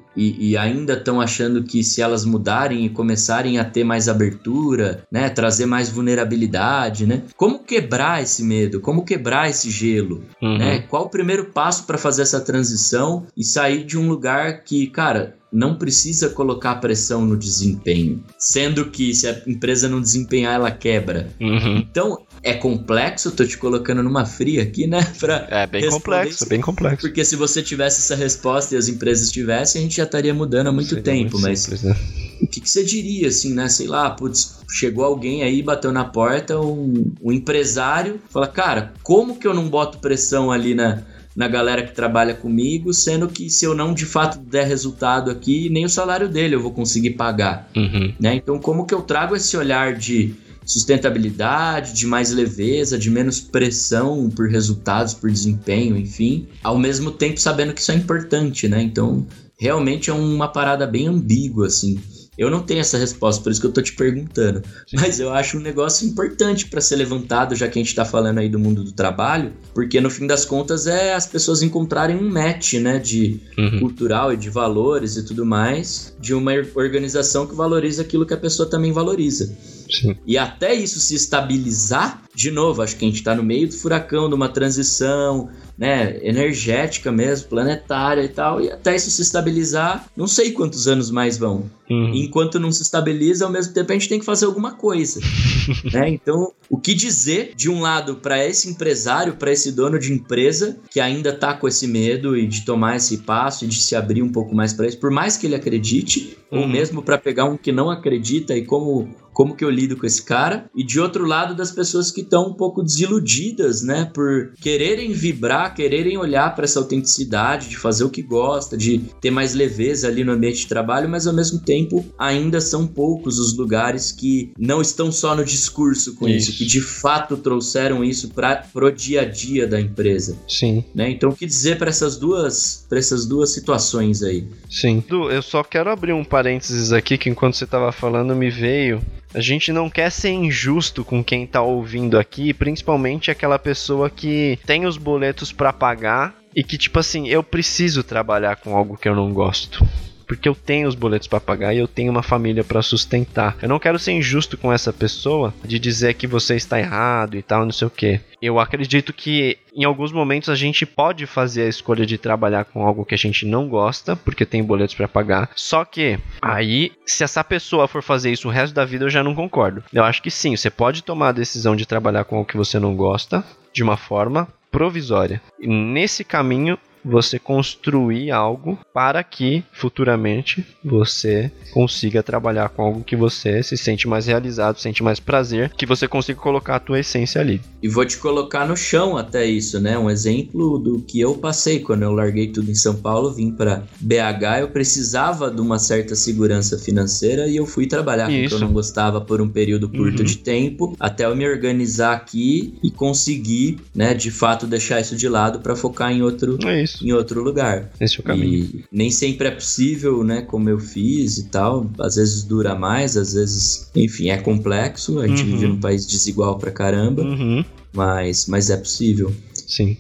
S1: e, e ainda estão achando que se elas mudarem e começarem a ter mais abertura, né, trazer mais vulnerabilidade, né? Como quebrar esse medo? Como quebrar esse gelo? Uhum. Né? Qual o primeiro passo para fazer essa transição e sair de um lugar que, cara, não precisa colocar pressão no desempenho, sendo que se a empresa não desempenhar, ela quebra. Uhum. Então, é complexo, tô te colocando numa fria aqui, né? Pra
S3: é bem complexo, isso, bem complexo.
S1: Porque se você tivesse essa resposta e as empresas tivessem, a gente já estaria mudando há muito Seria tempo, muito mas simples, né? O que, que você diria, assim, né? Sei lá, putz, chegou alguém aí, bateu na porta, um, um empresário, fala, cara, como que eu não boto pressão ali na... na galera que trabalha comigo, sendo que se eu não de fato der resultado aqui, nem o salário dele eu vou conseguir pagar. Uhum. Né? Então, como que eu trago esse olhar de sustentabilidade, de mais leveza, de menos pressão por resultados, por desempenho, enfim, ao mesmo tempo sabendo que isso é importante, né? Então, realmente é uma parada bem ambígua, assim. Eu não tenho essa resposta, por isso que eu tô te perguntando. Sim. Mas eu acho um negócio importante para ser levantado, já que a gente tá falando aí do mundo do trabalho, porque no fim das contas é as pessoas encontrarem um match, né, de uhum. cultural e de valores e tudo mais, de uma organização que valoriza aquilo que a pessoa também valoriza. Sim. E até isso se estabilizar, de novo, acho que a gente tá no meio do furacão, de uma transição, né, energética mesmo, planetária e tal, e até isso se estabilizar, não sei quantos anos mais vão. Uhum. Enquanto não se estabiliza, ao mesmo tempo a gente tem que fazer alguma coisa. Né? Então, o que dizer, de um lado, para esse empresário, para esse dono de empresa, que ainda tá com esse medo e de tomar esse passo e de se abrir um pouco mais para isso, por mais que ele acredite, uhum. ou mesmo para pegar um que não acredita e como... como que eu lido com esse cara, e de outro lado das pessoas que estão um pouco desiludidas, né, por quererem vibrar, quererem olhar para essa autenticidade, de fazer o que gosta, de ter mais leveza ali no ambiente de trabalho, mas ao mesmo tempo ainda são poucos os lugares que não estão só no discurso com isso, isso que de fato trouxeram isso para pro dia a dia da empresa.
S3: Sim.
S1: Né? Então o que dizer para essas duas, para essas duas situações aí?
S3: Sim. Du, eu só quero abrir um parênteses aqui que enquanto você estava falando me veio. A gente não quer ser injusto com quem tá ouvindo aqui, principalmente aquela pessoa que tem os boletos pra pagar e que, tipo assim, eu preciso trabalhar com algo que eu não gosto. Porque eu tenho os boletos para pagar e eu tenho uma família para sustentar. Eu não quero ser injusto com essa pessoa de dizer que você está errado e tal, não sei o quê. Eu acredito que em alguns momentos a gente pode fazer a escolha de trabalhar com algo que a gente não gosta, porque tem boletos para pagar. Só que aí, se essa pessoa for fazer isso o resto da vida, eu já não concordo. Eu acho que sim, você pode tomar a decisão de trabalhar com algo que você não gosta de uma forma provisória. E nesse caminho, você construir algo para que futuramente você consiga trabalhar com algo que você se sente mais realizado, sente mais prazer, que você consiga colocar a tua essência ali.
S1: E vou te colocar no chão até isso, né? Um exemplo do que eu passei quando eu larguei tudo em São Paulo, vim para B H, eu precisava de uma certa segurança financeira e eu fui trabalhar com o que eu não gostava por um período curto uhum. de tempo, até eu me organizar aqui e conseguir, né, de fato deixar isso de lado para focar em outro
S3: é isso.
S1: em outro lugar.
S3: Esse é o caminho.
S1: E nem sempre é possível, né, como eu fiz e tal. Às vezes dura mais, às vezes, enfim, é complexo. A gente uhum. vive num país desigual pra caramba, uhum. mas, mas é possível.
S3: Sim.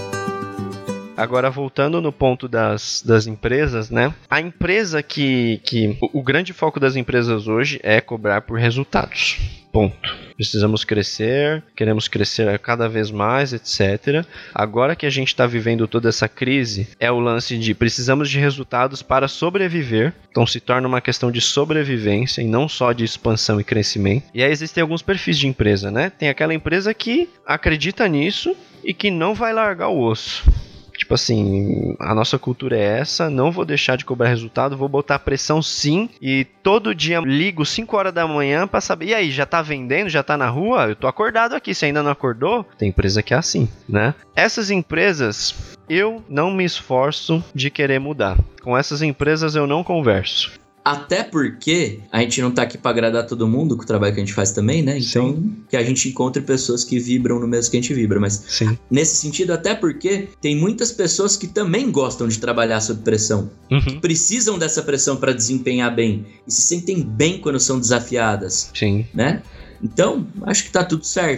S3: Agora, voltando no ponto das, das empresas, né? A empresa que... que o, o grande foco das empresas hoje é cobrar por resultados. Ponto. Precisamos crescer, queremos crescer cada vez mais, etcétera. Agora que a gente está vivendo toda essa crise, é o lance de precisamos de resultados para sobreviver. Então se torna uma questão de sobrevivência e não só de expansão e crescimento. E aí existem alguns perfis de empresa, né? Tem aquela empresa que acredita nisso e que não vai largar o osso. Tipo assim, a nossa cultura é essa, não vou deixar de cobrar resultado, vou botar pressão sim, e todo dia ligo cinco horas da manhã pra saber, e aí, já tá vendendo, já tá na rua? Eu tô acordado aqui, se ainda não acordou? Tem empresa que é assim, né? Essas empresas, eu não me esforço de querer mudar. Com essas empresas eu não converso.
S1: Até porque a gente não tá aqui pra agradar todo mundo com o trabalho que a gente faz também, né? Então, Sim. que a gente encontre pessoas que vibram no mesmo que a gente vibra. Mas, Sim. nesse sentido, até porque tem muitas pessoas que também gostam de trabalhar sob pressão. Uhum. Que precisam dessa pressão pra desempenhar bem. E se sentem bem quando são desafiadas.
S3: Sim.
S1: Né? Então, acho que tá tudo certo.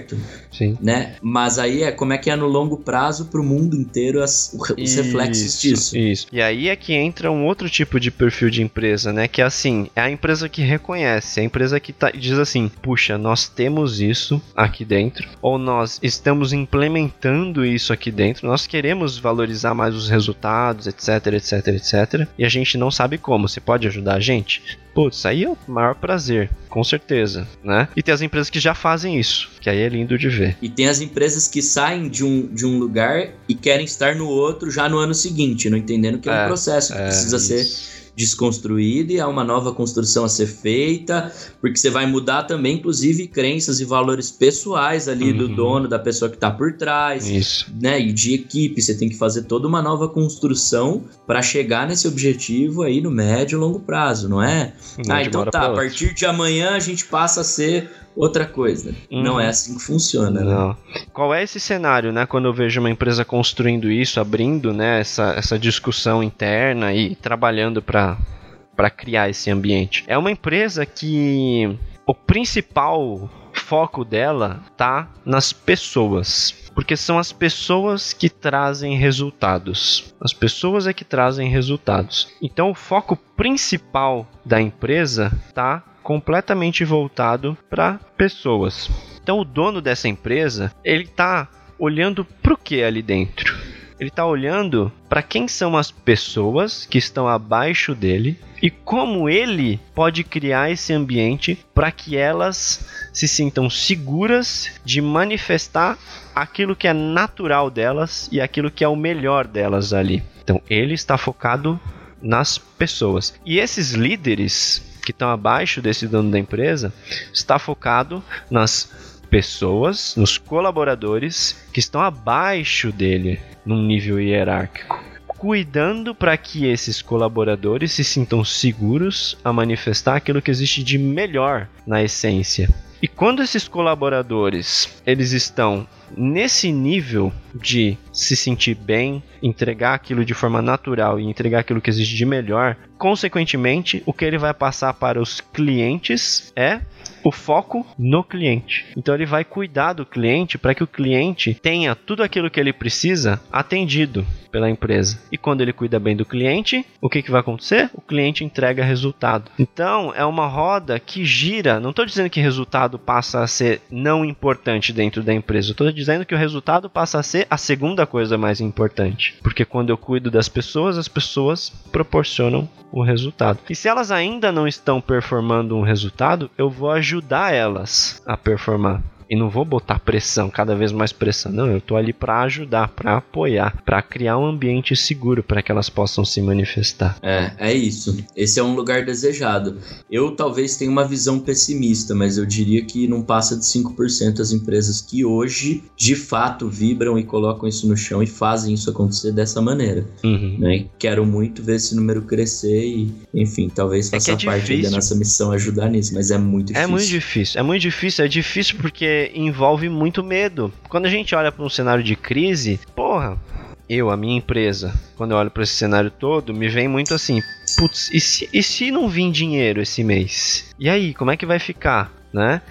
S3: sim.
S1: Né? Mas aí é como é que é no longo prazo pro mundo inteiro as, os
S3: isso,
S1: reflexos disso.
S3: Isso. E aí é que entra um outro tipo de perfil de empresa, né? Que é assim, é a empresa que reconhece, é a empresa que tá, diz assim, puxa, nós temos isso aqui dentro, ou nós estamos implementando isso aqui dentro, nós queremos valorizar mais os resultados, etc, etc, etc, e a gente não sabe como. Você pode ajudar a gente? Putz, aí é o maior prazer, com certeza, né? E tem as empresas que já fazem isso, que aí é lindo de ver.
S1: E tem as empresas que saem de um, de um lugar e querem estar no outro já no ano seguinte, não entendendo que é, é um processo que é, precisa isso. ser desconstruído e há uma nova construção a ser feita, porque você vai mudar também, inclusive, crenças e valores pessoais ali uhum. do dono, da pessoa que está por trás,
S3: isso.
S1: né? E de equipe, você tem que fazer toda uma nova construção para chegar nesse objetivo aí no médio e longo prazo, não é? Não ah, então tá, a partir de amanhã a gente passa a ser outra coisa. Uhum. Não é assim que funciona,
S3: Não.
S1: né?
S3: Qual é esse cenário, né? Quando eu vejo uma empresa construindo isso, abrindo, né, essa, essa discussão interna e trabalhando para para criar esse ambiente. É uma empresa que o principal foco dela tá nas pessoas. Porque são as pessoas que trazem resultados. As pessoas é que trazem resultados. Então o foco principal da empresa tá completamente voltado para pessoas. Então o dono dessa empresa, ele está olhando para o que ali dentro? Ele está olhando para quem são as pessoas que estão abaixo dele e como ele pode criar esse ambiente para que elas se sintam seguras de manifestar aquilo que é natural delas e aquilo que é o melhor delas ali. Então ele está focado nas pessoas. E esses líderes que estão abaixo desse dono da empresa, está focado nas pessoas, nos colaboradores que estão abaixo dele, num nível hierárquico, cuidando para que esses colaboradores se sintam seguros a manifestar aquilo que existe de melhor na essência. E quando esses colaboradores, eles estão nesse nível de se sentir bem, entregar aquilo de forma natural e entregar aquilo que existe de melhor, consequentemente, o que ele vai passar para os clientes é o foco no cliente. Então ele vai cuidar do cliente para que o cliente tenha tudo aquilo que ele precisa atendido pela empresa. E quando ele cuida bem do cliente, o que, que vai acontecer? O cliente entrega resultado. Então é uma roda que gira. Não estou dizendo que resultado passa a ser não importante dentro da empresa. Estou dizendo que o resultado passa a ser a segunda coisa mais importante. Porque quando eu cuido das pessoas, as pessoas proporcionam o resultado. E se elas ainda não estão performando um resultado, eu vou ajudar elas a performar. E não vou botar pressão, cada vez mais pressão. Não, eu estou ali para ajudar, para apoiar, para criar um ambiente seguro para que elas possam se manifestar.
S1: É, é isso. Esse é um lugar desejado. Eu talvez tenha uma visão pessimista, mas eu diria que não passa de cinco por cento as empresas que hoje, de fato, vibram e colocam isso no chão e fazem isso acontecer dessa maneira.
S3: Uhum.
S1: Né? Quero muito ver esse número crescer e, enfim, talvez faça
S3: é é
S1: parte da nossa missão ajudar nisso, mas é muito difícil.
S3: É muito difícil, é muito difícil, é difícil porque envolve muito medo. Quando a gente olha para um cenário de crise, porra, eu, a minha empresa, quando eu olho para esse cenário todo, me vem muito assim, putz, e se, e se não vir dinheiro esse mês? E aí, como é que vai ficar, né?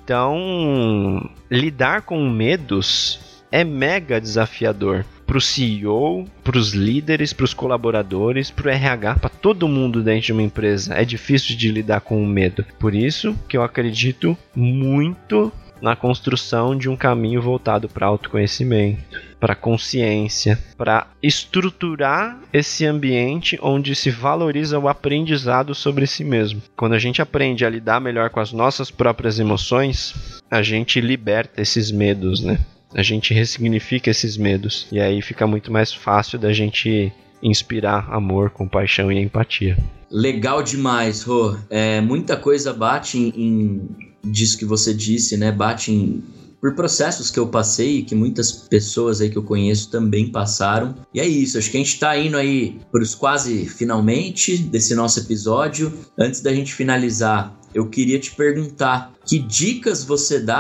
S3: Então, lidar com medos é mega desafiador para o C E O, para os líderes, para os colaboradores, para o R H, para todo mundo dentro de uma empresa. É difícil de lidar com o medo. Por isso que eu acredito muito na construção de um caminho voltado para autoconhecimento, para consciência, para estruturar esse ambiente onde se valoriza o aprendizado sobre si mesmo. Quando a gente aprende a lidar melhor com as nossas próprias emoções, a gente liberta esses medos, né? A gente ressignifica esses medos e aí fica muito mais fácil da gente inspirar amor, compaixão e empatia.
S1: Legal demais, Rô. É, muita coisa bate em, em disso que você disse, né? Bate em, por processos que eu passei e que muitas pessoas aí que eu conheço também passaram. E é isso, acho que a gente tá indo aí pros quase finalmente desse nosso episódio. Antes da gente finalizar, eu queria te perguntar que dicas você dá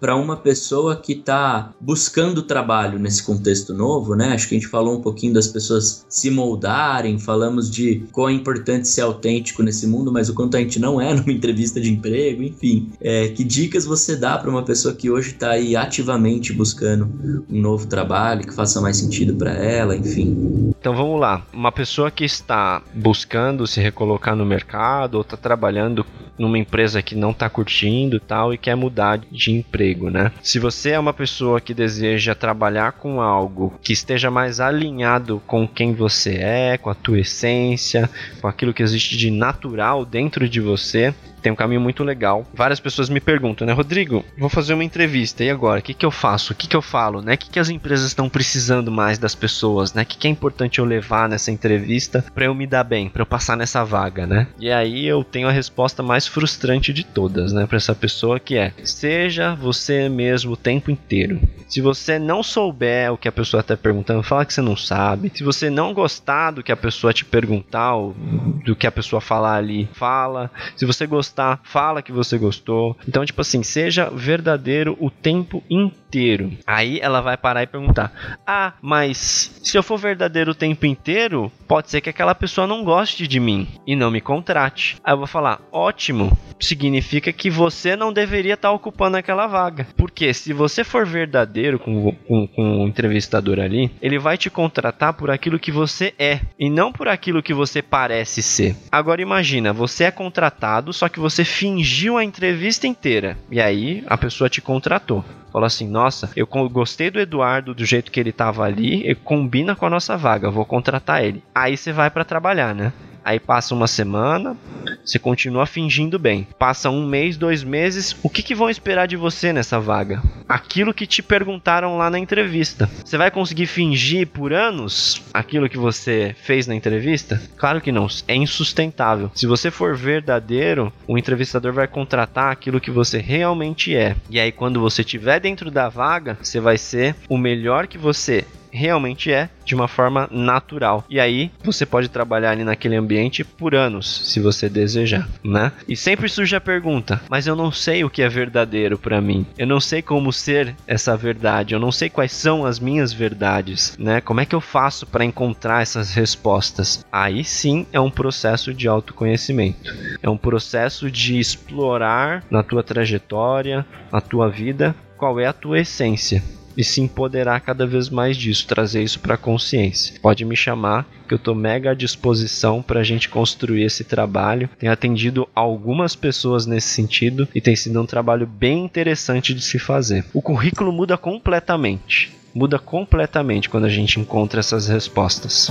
S1: para uma pessoa que está buscando trabalho nesse contexto novo, né? Acho que a gente falou um pouquinho das pessoas se moldarem, falamos de quão é importante ser autêntico nesse mundo, mas o quanto a gente não é numa entrevista de emprego, enfim. É, que dicas você dá para uma pessoa que hoje está aí ativamente buscando um novo trabalho, que faça mais sentido para ela, enfim?
S3: Então vamos lá. Uma pessoa que está buscando se recolocar no mercado ou está trabalhando numa empresa que não está curtindo tal e quer mudar de emprego, né? Se você é uma pessoa que deseja trabalhar com algo que esteja mais alinhado com quem você é, com a tua essência, com aquilo que existe de natural dentro de você, tem um caminho muito legal. Várias pessoas me perguntam, né, Rodrigo, vou fazer uma entrevista, e agora? O que que eu faço? O que que eu falo? Né? O que que as empresas estão precisando mais das pessoas? Né? O que que é importante eu levar nessa entrevista para eu me dar bem, para eu passar nessa vaga, né? E aí eu tenho a resposta mais frustrante de todas, né, para essa pessoa, que é: seja você mesmo o tempo inteiro. Se você não souber o que a pessoa está perguntando, fala que você não sabe. Se você não gostar do que a pessoa te perguntar, ou do que a pessoa falar ali, fala. Se você gostar, fala que você gostou. Então, tipo assim, seja verdadeiro o tempo inteiro. Aí ela vai parar e perguntar: ah, mas se eu for verdadeiro o tempo inteiro, pode ser que aquela pessoa não goste de mim e não me contrate. Aí eu vou falar: ótimo, significa que você não deveria estar ocupando aquela vaga. Porque se você for verdadeiro com, com, com o entrevistador ali, ele vai te contratar por aquilo que você é e não por aquilo que você parece ser. Agora imagina, você é contratado, só que você fingiu a entrevista inteira. E aí a pessoa te contratou. Falou assim: nossa, eu gostei do Eduardo do jeito que ele estava ali, ele combina com a nossa vaga, eu vou contratar ele. Aí você vai para trabalhar, né? Aí passa uma semana, você continua fingindo bem. Passa um mês, dois meses, o que que vão esperar de você nessa vaga? Aquilo que te perguntaram lá na entrevista. Você vai conseguir fingir por anos aquilo que você fez na entrevista? Claro que não, é insustentável. Se você for verdadeiro, o entrevistador vai contratar aquilo que você realmente é. E aí quando você estiver dentro da vaga, você vai ser o melhor que você realmente é, de uma forma natural. E aí você pode trabalhar ali naquele ambiente por anos, se você desejar, né? E sempre surge a pergunta: mas eu não sei o que é verdadeiro para mim. Eu não sei como ser essa verdade. Eu não sei quais são as minhas verdades, né? Como é que eu faço para encontrar essas respostas? Aí sim é um processo de autoconhecimento. É um processo de explorar na tua trajetória, na tua vida, qual é a tua essência. E se empoderar cada vez mais disso, trazer isso para a consciência. Pode me chamar, que eu estou mega à disposição para a gente construir esse trabalho. Tenho atendido algumas pessoas nesse sentido e tem sido um trabalho bem interessante de se fazer. O currículo muda completamente. Muda completamente quando a gente encontra essas respostas.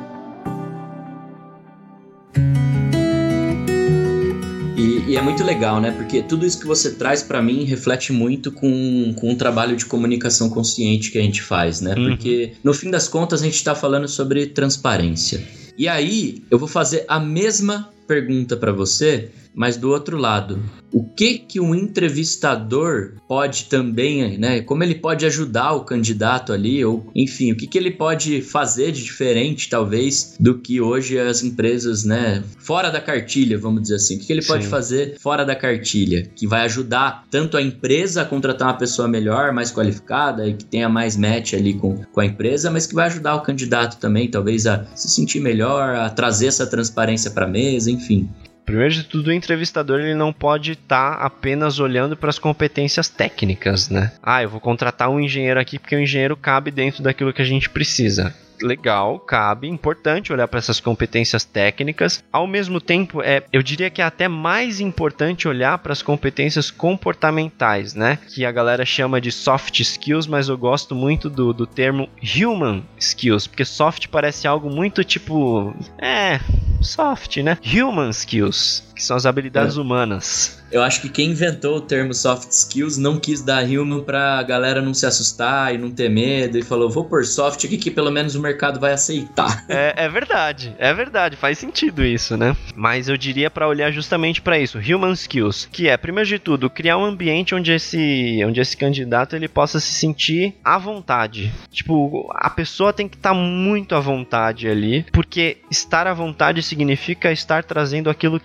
S1: E é muito legal, né? Porque tudo isso que você traz pra mim reflete muito com, com o trabalho de comunicação consciente que a gente faz, né? Uhum. Porque, no fim das contas, a gente tá falando sobre transparência. E aí, eu vou fazer a mesma pergunta pra você, mas do outro lado. O que que um entrevistador pode também, né? Como ele pode ajudar o candidato ali, ou enfim, o que que ele pode fazer de diferente, talvez, do que hoje as empresas, né? Fora da cartilha, vamos dizer assim. O que que ele pode Sim. fazer fora da cartilha, que vai ajudar tanto a empresa a contratar uma pessoa melhor, mais qualificada e que tenha mais match ali com, com a empresa, mas que vai ajudar o candidato também, talvez, a se sentir melhor, a trazer essa transparência para a mesa, enfim.
S3: Primeiro de tudo, o entrevistador ele não pode estar tá apenas olhando para as competências técnicas, né? Ah, eu vou contratar um engenheiro aqui porque o engenheiro cabe dentro daquilo que a gente precisa. Legal, cabe, importante olhar para essas competências técnicas. Ao mesmo tempo, é, eu diria que é até mais importante olhar para as competências comportamentais, né? Que a galera chama de soft skills, mas eu gosto muito do, do termo human skills, porque soft parece algo muito tipo... É, soft, né? Human skills, que são as habilidades é. humanas.
S1: Eu acho que quem inventou o termo soft skills não quis dar human pra galera não se assustar e não ter medo e falou, vou pôr soft aqui que pelo menos o mercado vai aceitar.
S3: É, é verdade, é verdade, faz sentido isso, né? Mas eu diria pra olhar justamente pra isso, human skills, que é, primeiro de tudo, criar um ambiente onde esse, onde esse candidato ele possa se sentir à vontade. Tipo, a pessoa tem que estar muito à vontade ali, porque estar à vontade significa estar trazendo aquilo que é natural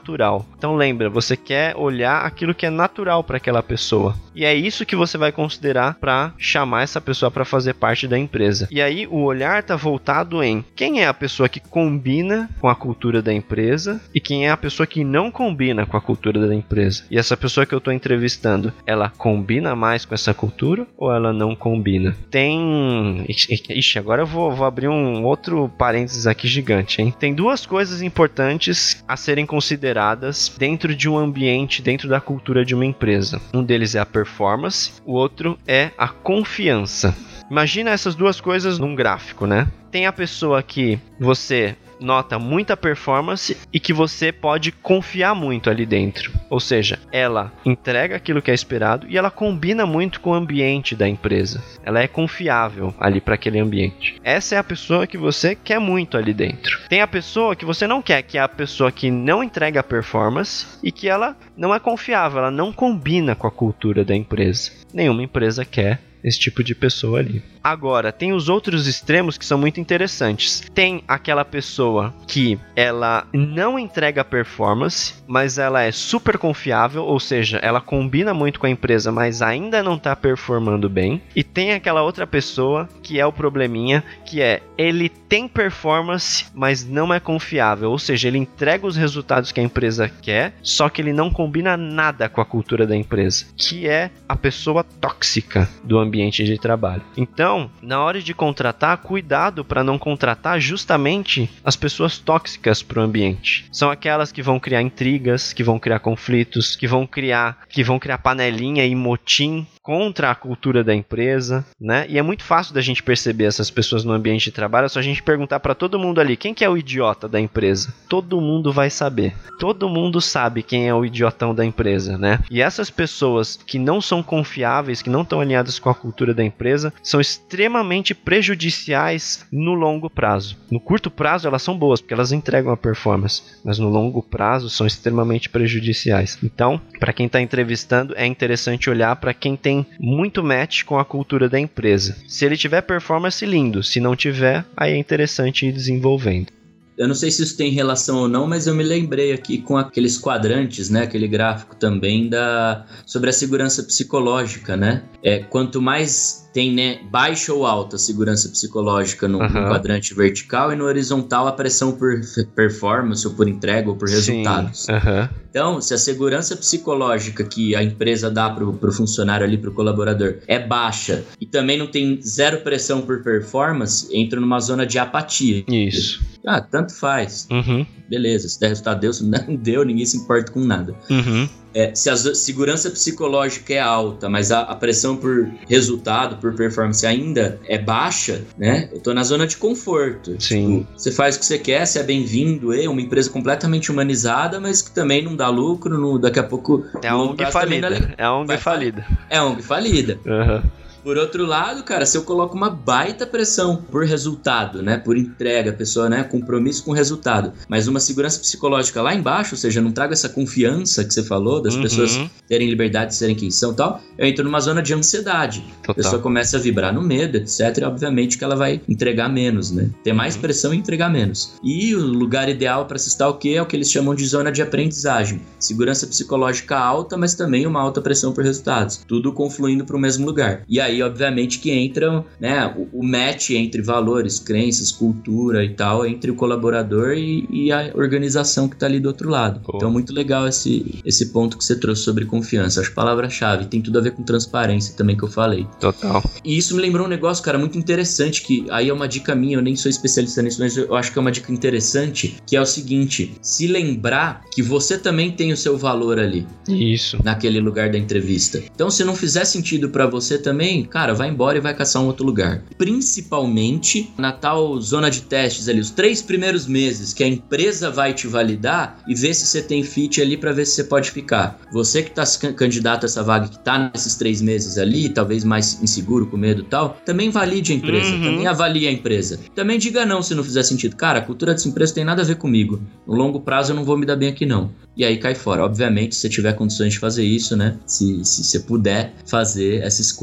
S3: natural. Então lembra, você quer olhar aquilo que é natural para aquela pessoa. E é isso que você vai considerar para chamar essa pessoa para fazer parte da empresa. E aí o olhar está voltado em quem é a pessoa que combina com a cultura da empresa e quem é a pessoa que não combina com a cultura da empresa. E essa pessoa que eu estou entrevistando, ela combina mais com essa cultura ou ela não combina? Tem... Ixi, agora eu vou, vou abrir um outro parênteses aqui gigante, hein? Tem duas coisas importantes a serem consideradas dentro de um ambiente, dentro da cultura de uma empresa. Um deles é a performance, o outro é a confiança. Imagina essas duas coisas num gráfico, né? Tem a pessoa que você nota muita performance e que você pode confiar muito ali dentro. Ou seja, ela entrega aquilo que é esperado e ela combina muito com o ambiente da empresa. Ela é confiável ali para aquele ambiente. Essa é a pessoa que você quer muito ali dentro. Tem a pessoa que você não quer, que é a pessoa que não entrega performance e que ela não é confiável, ela não combina com a cultura da empresa. Nenhuma empresa quer esse tipo de pessoa ali. Agora, tem os outros extremos que são muito interessantes. Tem aquela pessoa que ela não entrega performance, mas ela é super confiável, ou seja, ela combina muito com a empresa, mas ainda não está performando bem. E tem aquela outra pessoa que é o probleminha, que é ele tem performance, mas não é confiável, ou seja, ele entrega os resultados que a empresa quer, só que ele não combina nada com a cultura da empresa, que é a pessoa tóxica do ambiente de trabalho. Então, na hora de contratar, cuidado para não contratar justamente as pessoas tóxicas para o ambiente. São aquelas que vão criar intrigas, que vão criar conflitos, que vão criar, que vão criar panelinha e motim contra a cultura da empresa, né? E é muito fácil da gente perceber essas pessoas no ambiente de trabalho, é só a gente perguntar para todo mundo ali, quem que é o idiota da empresa? Todo mundo vai saber. Todo mundo sabe quem é o idiotão da empresa, né? E essas pessoas que não são confiáveis, que não estão alinhadas com a cultura da empresa, são extremamente prejudiciais no longo prazo. No curto prazo elas são boas, porque elas entregam a performance, mas no longo prazo são extremamente prejudiciais. Então, para quem está entrevistando, é interessante olhar para quem tem muito match com a cultura da empresa. Se ele tiver performance, lindo. Se não tiver, aí é interessante ir desenvolvendo.
S1: Eu não sei se isso tem relação ou não, mas eu me lembrei aqui com aqueles quadrantes, né? Aquele gráfico também da... sobre a segurança psicológica, né? É, quanto mais tem, né, baixa ou alta segurança psicológica no, uhum. no quadrante vertical, e no horizontal a pressão por performance, ou por entrega, ou por resultados.
S3: Sim. Uhum.
S1: Então, se a segurança psicológica que a empresa dá pro, pro funcionário ali, pro colaborador, é baixa, e também não tem zero pressão por performance, entra numa zona de apatia.
S3: Isso.
S1: Ah, tanto faz.
S3: Uhum.
S1: Beleza, se der resultado deu, se não deu, ninguém se importa com nada.
S3: Uhum.
S1: É, se a segurança psicológica é alta, mas a, a pressão por resultado, por performance ainda é baixa, né? Eu tô na zona de conforto.
S3: Sim.
S1: Tipo, você faz o que você quer, você é bem-vindo, é uma empresa completamente humanizada, mas que também não dá lucro, no, daqui a pouco...
S3: É a ONG falida. É a ONG falida.
S1: É a ONG falida.
S3: Aham. Uhum.
S1: Por outro lado, cara, se eu coloco uma baita pressão por resultado, né, por entrega, a pessoa, né, compromisso com resultado, mas uma segurança psicológica lá embaixo, ou seja, não trago essa confiança que você falou, das uhum. pessoas terem liberdade de serem quem são e tal, eu entro numa zona de ansiedade. Total. A pessoa começa a vibrar no medo, etc, e obviamente que ela vai entregar menos, né, ter mais uhum. pressão e entregar menos. E o lugar ideal para se estar o quê? É o que eles chamam de zona de aprendizagem. Segurança psicológica alta, mas também uma alta pressão por resultados. Tudo confluindo para o mesmo lugar. E aí, obviamente, que entram, né, o, o match entre valores, crenças, cultura e tal, entre o colaborador e, e a organização que está ali do outro lado. Pô. Então, muito legal esse, esse ponto que você trouxe sobre confiança. Acho palavra-chave. Tem tudo a ver com transparência também que eu falei.
S3: Total.
S1: E isso me lembrou um negócio, cara, muito interessante, que aí é uma dica minha, eu nem sou especialista nisso, mas eu acho que é uma dica interessante, que é o seguinte: se lembrar que você também tem o seu valor ali.
S3: Isso.
S1: Naquele lugar da entrevista. Então, se não fizer sentido para você também, cara, vai embora e vai caçar um outro lugar. Principalmente na tal zona de testes ali, os três primeiros meses que a empresa vai te validar e ver se você tem fit ali para ver se você pode ficar. Você que tá candidato a essa vaga, que tá nesses três meses ali, talvez mais inseguro, com medo e tal, também valide a empresa, uhum. também avalie a empresa. Também diga não se não fizer sentido. Cara, a cultura dessa empresa tem nada a ver comigo. No longo prazo eu não vou me dar bem aqui não. E aí cai fora. Obviamente, se você tiver condições de fazer isso, né? Se, se você puder fazer essa escolha.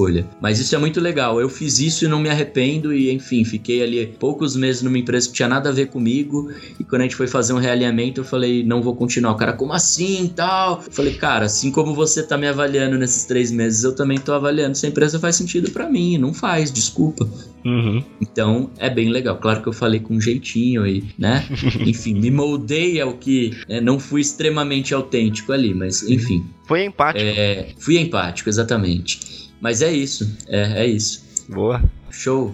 S1: Mas isso é muito legal. Eu fiz isso e não me arrependo e, enfim, fiquei ali poucos meses numa empresa que tinha nada a ver comigo e quando a gente foi fazer um realinhamento eu falei, não vou continuar. O cara, como assim, tal? Eu falei, cara, assim como você tá me avaliando nesses três meses, eu também tô avaliando se a empresa faz sentido pra mim. Não faz, desculpa.
S3: Uhum.
S1: Então, é bem legal. Claro que eu falei com um jeitinho aí, né? Enfim, me moldei ao que... Né? Não fui extremamente autêntico ali, mas, enfim.
S3: Foi empático.
S1: É, fui empático, exatamente. Mas é isso, é, é isso.
S3: Boa.
S1: Show.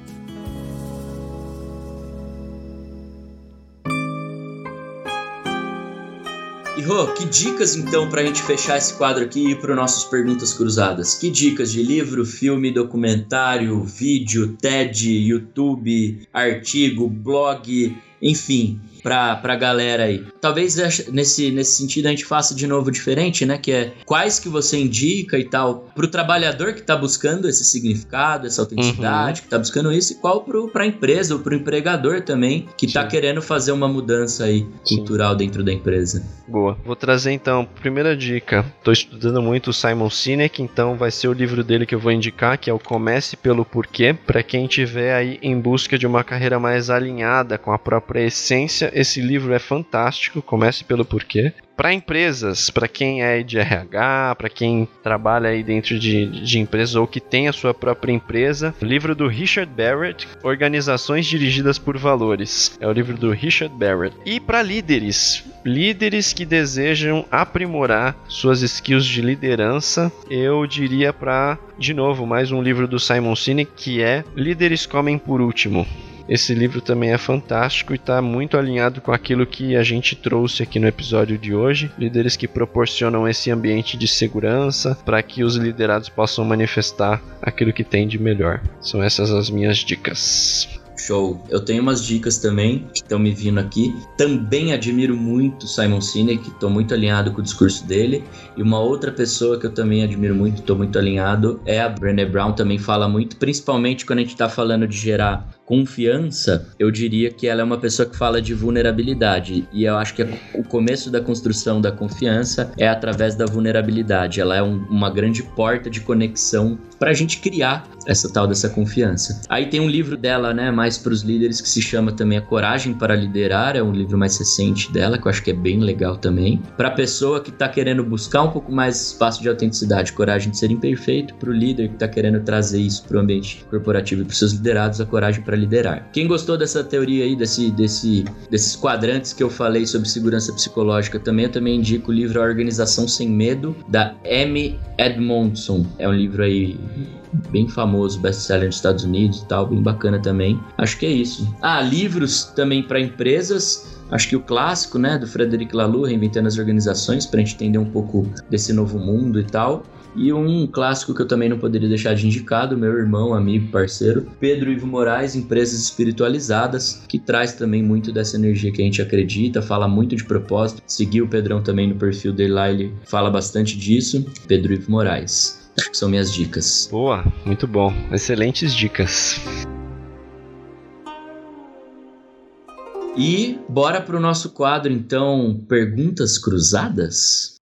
S1: E Rô, que dicas então pra gente fechar esse quadro aqui e ir para nossos Perguntas Cruzadas? Que dicas de livro, filme, documentário, vídeo, TED, YouTube, artigo, blog, enfim, pra, pra galera aí. Talvez nesse, nesse sentido a gente faça de novo diferente, né? Que é quais que você indica e tal pro trabalhador que tá buscando esse significado, essa autenticidade, uhum. que tá buscando isso, e qual pro, pra empresa ou pro empregador também, que Sim. tá querendo fazer uma mudança aí cultural Sim. dentro da empresa.
S3: Boa. Vou trazer então, primeira dica. Tô estudando muito o Simon Sinek, então vai ser o livro dele que eu vou indicar, que é o Comece pelo Porquê. Pra quem tiver aí em busca de uma carreira mais alinhada com a própria essência, esse livro é fantástico, Comece pelo Porquê. Para empresas, para quem é de R H, para quem trabalha aí dentro de, de empresas ou que tem a sua própria empresa, o livro do Richard Barrett, Organizações Dirigidas por Valores. É o livro do Richard Barrett. E para líderes, líderes que desejam aprimorar suas skills de liderança, eu diria para, de novo, mais um livro do Simon Sinek, que é Líderes Comem por Último. Esse livro também é fantástico e está muito alinhado com aquilo que a gente trouxe aqui no episódio de hoje. Líderes que proporcionam esse ambiente de segurança para que os liderados possam manifestar aquilo que tem de melhor. São essas as minhas dicas.
S1: Show. Eu tenho umas dicas também que estão me vindo aqui. Também admiro muito Simon Sinek, estou muito alinhado com o discurso dele. E uma outra pessoa que eu também admiro muito, estou muito alinhado, é a Brené Brown, também fala muito, principalmente quando a gente está falando de gerar confiança. Eu diria que ela é uma pessoa que fala de vulnerabilidade, e eu acho que o começo da construção da confiança é através da vulnerabilidade. Ela é um, uma grande porta de conexão para a gente criar essa tal dessa confiança. Aí tem um livro dela, né, mais para os líderes, que se chama também A Coragem para Liderar, é um livro mais recente dela, que eu acho que é bem legal também. Para a pessoa que está querendo buscar um pouco mais espaço de autenticidade, coragem de ser imperfeito, para o líder que está querendo trazer isso para o ambiente corporativo e para os seus liderados, a coragem para liderar. Quem gostou dessa teoria aí, desse, desse, desses quadrantes que eu falei sobre segurança psicológica também, eu também indico o livro A Organização Sem Medo, da Amy Edmondson. É um livro aí bem famoso, best-seller nos Estados Unidos e tal, bem bacana também. Acho que é isso. Ah, livros também para empresas. Acho que o clássico, né, do Frederic Laloux, Reinventando as Organizações, para a gente entender um pouco desse novo mundo e tal. E um clássico que eu também não poderia deixar de indicar, do meu irmão, amigo, parceiro, Pedro Ivo Moraes, Empresas Espiritualizadas, que traz também muito dessa energia que a gente acredita, fala muito de propósito. Segui o Pedrão também no perfil dele lá, ele fala bastante disso. Pedro Ivo Moraes. Acho que são minhas dicas.
S3: Boa, muito bom. Excelentes dicas.
S1: E bora pro nosso quadro, então, Perguntas Cruzadas?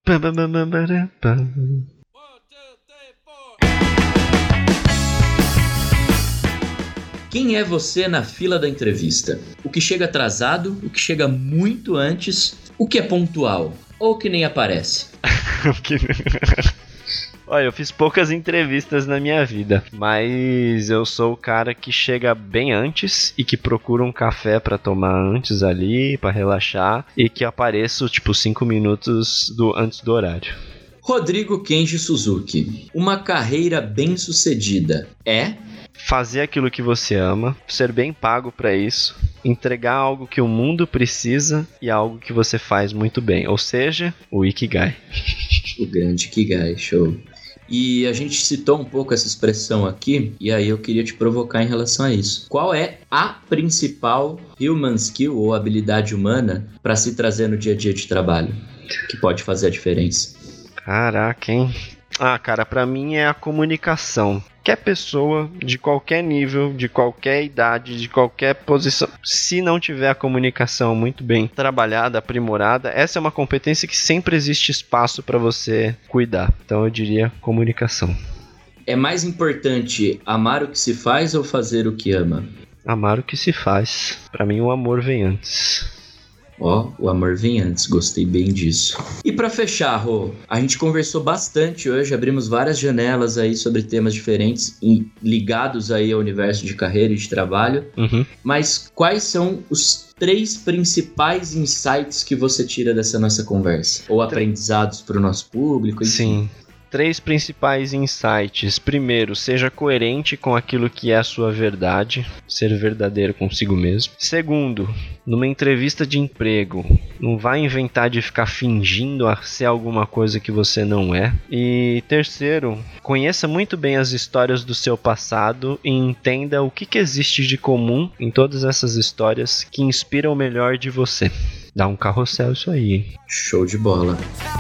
S1: Quem é você na fila da entrevista? O que chega atrasado, o que chega muito antes, o que é pontual, ou que nem aparece?
S3: Olha, eu fiz poucas entrevistas na minha vida, mas eu sou o cara que chega bem antes e que procura um café pra tomar antes ali, pra relaxar, e que apareço tipo cinco minutos do, antes do horário.
S1: Rodrigo Kenji Suzuki, uma carreira bem sucedida é...
S3: fazer aquilo que você ama, ser bem pago pra isso, entregar algo que o mundo precisa e algo que você faz muito bem, ou seja, o Ikigai.
S1: O grande Ikigai, show. E a gente citou um pouco essa expressão aqui, e aí eu queria te provocar em relação a isso. Qual é a principal human skill ou habilidade humana para se trazer no dia a dia de trabalho, que pode fazer a diferença?
S3: Caraca, hein? Ah, cara, pra mim é a comunicação. Qualquer pessoa, de qualquer nível, de qualquer idade, de qualquer posição, se não tiver a comunicação muito bem trabalhada, aprimorada, essa é uma competência que sempre existe espaço para você cuidar. Então eu diria comunicação.
S1: é mais importante amar o que se faz ou fazer o que ama?
S3: Amar o que se faz. Pra mim, o amor vem antes.
S1: Ó, o amor vem antes, gostei bem disso. E pra fechar, Rô, a gente conversou bastante hoje, abrimos várias janelas aí sobre temas diferentes, ligados aí ao universo de carreira e de trabalho.
S3: Uhum.
S1: Mas quais são os três principais insights que você tira dessa nossa conversa? Ou aprendizados pro nosso público? Enfim.
S3: Sim. Três principais insights. Primeiro, seja coerente com aquilo que é a sua verdade, ser verdadeiro consigo mesmo. Segundo, numa entrevista de emprego, não vai inventar de ficar fingindo a ser alguma coisa que você não é. E terceiro, conheça muito bem as histórias do seu passado e entenda o que, que existe de comum em todas essas histórias que inspiram o melhor de você. Dá um carrossel isso aí, hein?
S1: Show de bola.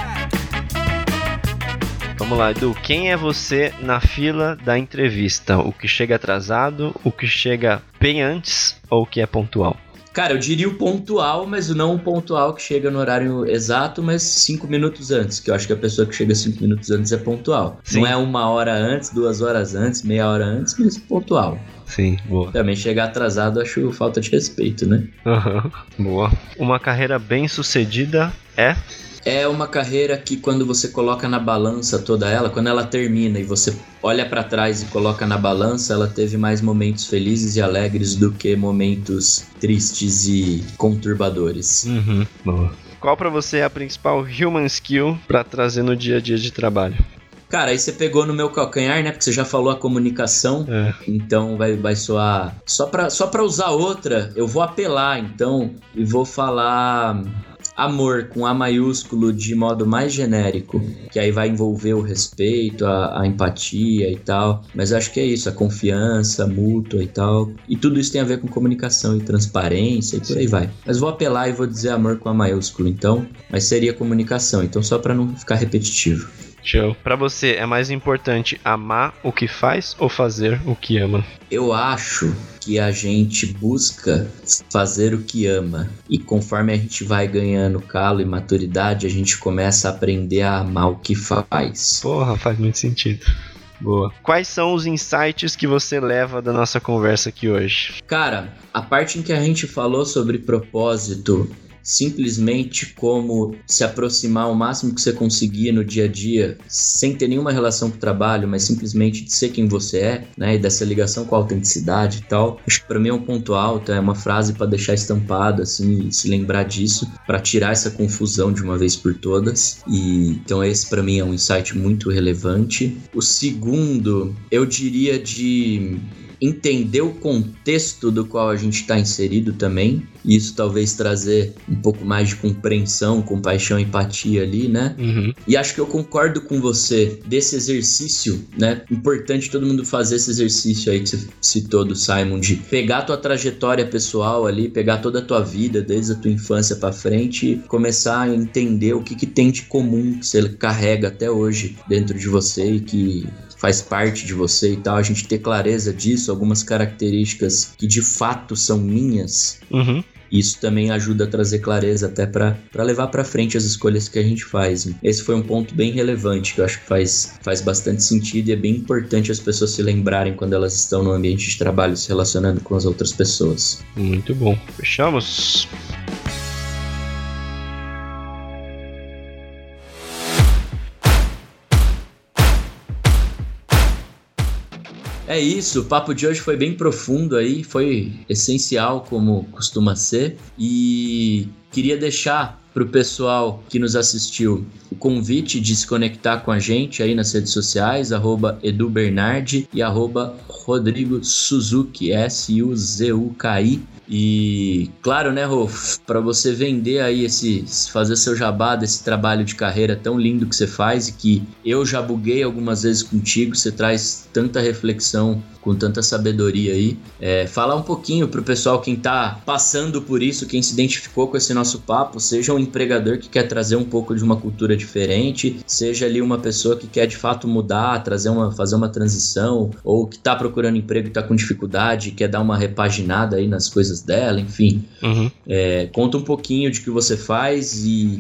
S3: Vamos lá, Edu. Quem é você na fila da entrevista? O que chega atrasado, o que chega bem antes ou o que é pontual?
S1: Cara, eu diria o pontual, mas não o pontual que chega no horário exato, mas cinco minutos antes, que eu acho que a pessoa que chega cinco minutos antes é pontual.
S3: Sim.
S1: Não é uma hora antes, duas horas antes, meia hora antes, mas pontual.
S3: Sim, boa.
S1: Também chegar atrasado eu acho falta de respeito, né?
S3: Uhum, boa. Uma carreira bem sucedida é...
S1: É uma carreira que quando você coloca na balança toda ela, quando ela termina e você olha pra trás e coloca na balança, ela teve mais momentos felizes e alegres do que momentos tristes e conturbadores.
S3: Uhum, boa. Qual pra você é a principal human skill pra trazer no dia a dia de trabalho?
S1: Cara, aí você pegou no meu calcanhar, né? Porque você já falou a comunicação,
S3: é.
S1: Então vai, vai soar... Só pra, só pra usar outra, eu vou apelar, então, e vou falar... Amor, com A maiúsculo, de modo mais genérico, que aí vai envolver o respeito, a, a empatia e tal, mas eu acho que é isso, a confiança mútua e tal, e tudo isso tem a ver com comunicação e transparência e por aí vai. Mas vou apelar e vou dizer amor com A maiúsculo então, mas seria comunicação, então só pra não ficar repetitivo.
S3: Show. Pra você, é mais importante amar o que faz ou fazer o que ama?
S1: Eu acho que a gente busca fazer o que ama. E conforme a gente vai ganhando calo e maturidade, a gente começa a aprender a amar o que faz.
S3: Porra, faz muito sentido. Boa. Quais são os insights que você leva da nossa conversa aqui hoje?
S1: Cara, a parte em que a gente falou sobre propósito... simplesmente como se aproximar o máximo que você conseguir no dia a dia, sem ter nenhuma relação com o trabalho, mas simplesmente de ser quem você é, né, e dessa ligação com a autenticidade e tal. Acho que pra mim é um ponto alto, é uma frase pra deixar estampado, assim, e se lembrar disso, pra tirar essa confusão de uma vez por todas. E então esse pra mim é um insight muito relevante. O segundo, eu diria de... entender o contexto do qual a gente está inserido também, e isso talvez trazer um pouco mais de compreensão, compaixão, empatia ali, né?
S3: Uhum.
S1: E acho que eu concordo com você desse exercício, né? Importante todo mundo fazer esse exercício aí que você citou do Simon, de pegar a tua trajetória pessoal ali, pegar toda a tua vida, desde a tua infância pra frente, e começar a entender o que, que tem de comum que você carrega até hoje dentro de você e que... faz parte de você e tal, a gente ter clareza disso, algumas características que de fato são minhas,
S3: uhum.
S1: Isso também ajuda a trazer clareza até para levar para frente as escolhas que a gente faz. Esse foi um ponto bem relevante, que eu acho que faz, faz bastante sentido e é bem importante as pessoas se lembrarem quando elas estão no ambiente de trabalho se relacionando com as outras pessoas.
S3: Muito bom. Fechamos?
S1: É isso, o papo de hoje foi bem profundo aí, foi essencial como costuma ser, e queria deixar para o pessoal que nos assistiu o convite de se conectar com a gente aí nas redes sociais, arroba Edu Bernardi e arroba Rodrigo Suzuki, S U Z U K I. E claro, né, Rô, para você vender aí esse, fazer seu jabá desse trabalho de carreira tão lindo que você faz e que eu já buguei algumas vezes contigo, você traz tanta reflexão com tanta sabedoria aí. É, falar um pouquinho pro pessoal, quem tá passando por isso, quem se identificou com esse nosso papo, seja um empregador que quer trazer um pouco de uma cultura diferente, seja ali uma pessoa que quer de fato mudar, trazer uma, fazer uma transição, ou que tá procurando emprego e tá com dificuldade, quer dar uma repaginada aí nas coisas dela, enfim.
S3: Uhum.
S1: É, conta um pouquinho de que você faz e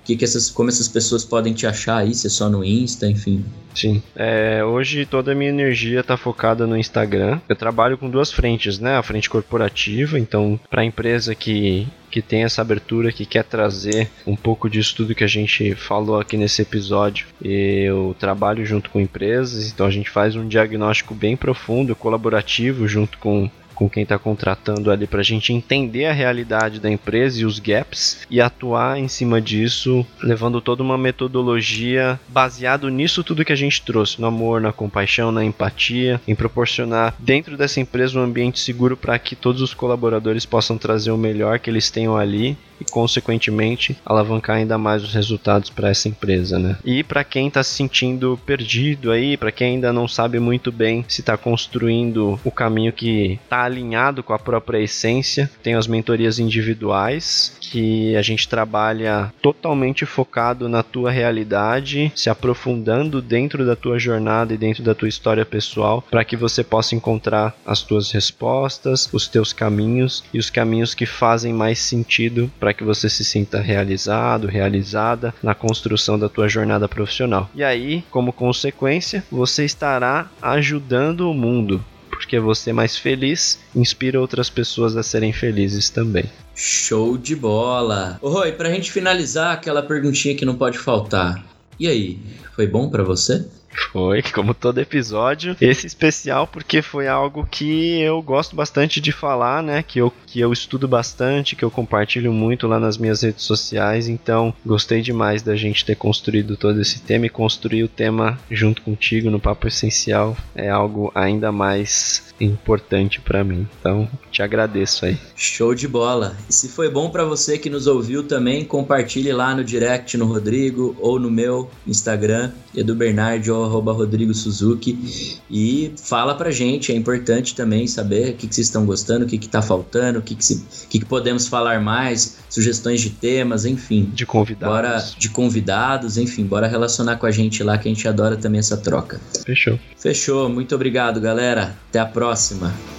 S1: que que essas, como essas pessoas podem te achar aí, se é só no Insta, enfim.
S3: Sim, é, hoje toda a minha energia está focada no Instagram. Eu trabalho com duas frentes, né? A frente corporativa, então para a empresa que, que tem essa abertura, que quer trazer um pouco disso tudo que a gente falou aqui nesse episódio. Eu trabalho junto com empresas, então a gente faz um diagnóstico bem profundo, colaborativo, junto com com quem está contratando ali, para a gente entender a realidade da empresa e os gaps e atuar em cima disso, levando toda uma metodologia baseado nisso tudo que a gente trouxe, no amor, na compaixão, na empatia, em proporcionar dentro dessa empresa um ambiente seguro para que todos os colaboradores possam trazer o melhor que eles tenham ali e, consequentemente, alavancar ainda mais os resultados para essa empresa, né? E para quem está se sentindo perdido aí, para quem ainda não sabe muito bem se está construindo o caminho que está alinhado com a própria essência, tem as mentorias individuais, que a gente trabalha totalmente focado na tua realidade, se aprofundando dentro da tua jornada e dentro da tua história pessoal, para que você possa encontrar as tuas respostas, os teus caminhos e os caminhos que fazem mais sentido para que você se sinta realizado, realizada na construção da tua jornada profissional. E aí, como consequência, você estará ajudando o mundo, porque você mais feliz inspira outras pessoas a serem felizes também.
S1: Show de bola! Ô Rui, pra gente finalizar, aquela perguntinha que não pode faltar. E aí, foi bom pra você?
S3: Foi, como todo episódio. Esse especial porque foi algo que eu gosto bastante de falar, né? Que eu, que eu estudo bastante, que eu compartilho muito lá nas minhas redes sociais. Então, gostei demais da gente ter construído todo esse tema e construir o tema junto contigo no Papo Essencial. É algo ainda mais importante pra mim. Então, te agradeço aí.
S1: Show de bola! E se foi bom pra você que nos ouviu também, compartilhe lá no direct no Rodrigo ou no meu Instagram, Edu Bernardi ou arroba Rodrigo Suzuki, e fala pra gente, é importante também saber o que, que vocês estão gostando, o que, que tá faltando, o que, que, se, o que, que podemos falar mais, sugestões de temas, enfim.
S3: De convidados.
S1: Bora, de convidados, enfim, bora relacionar com a gente lá, que a gente adora também essa troca.
S3: Fechou.
S1: Fechou, muito obrigado, galera. Até a próxima.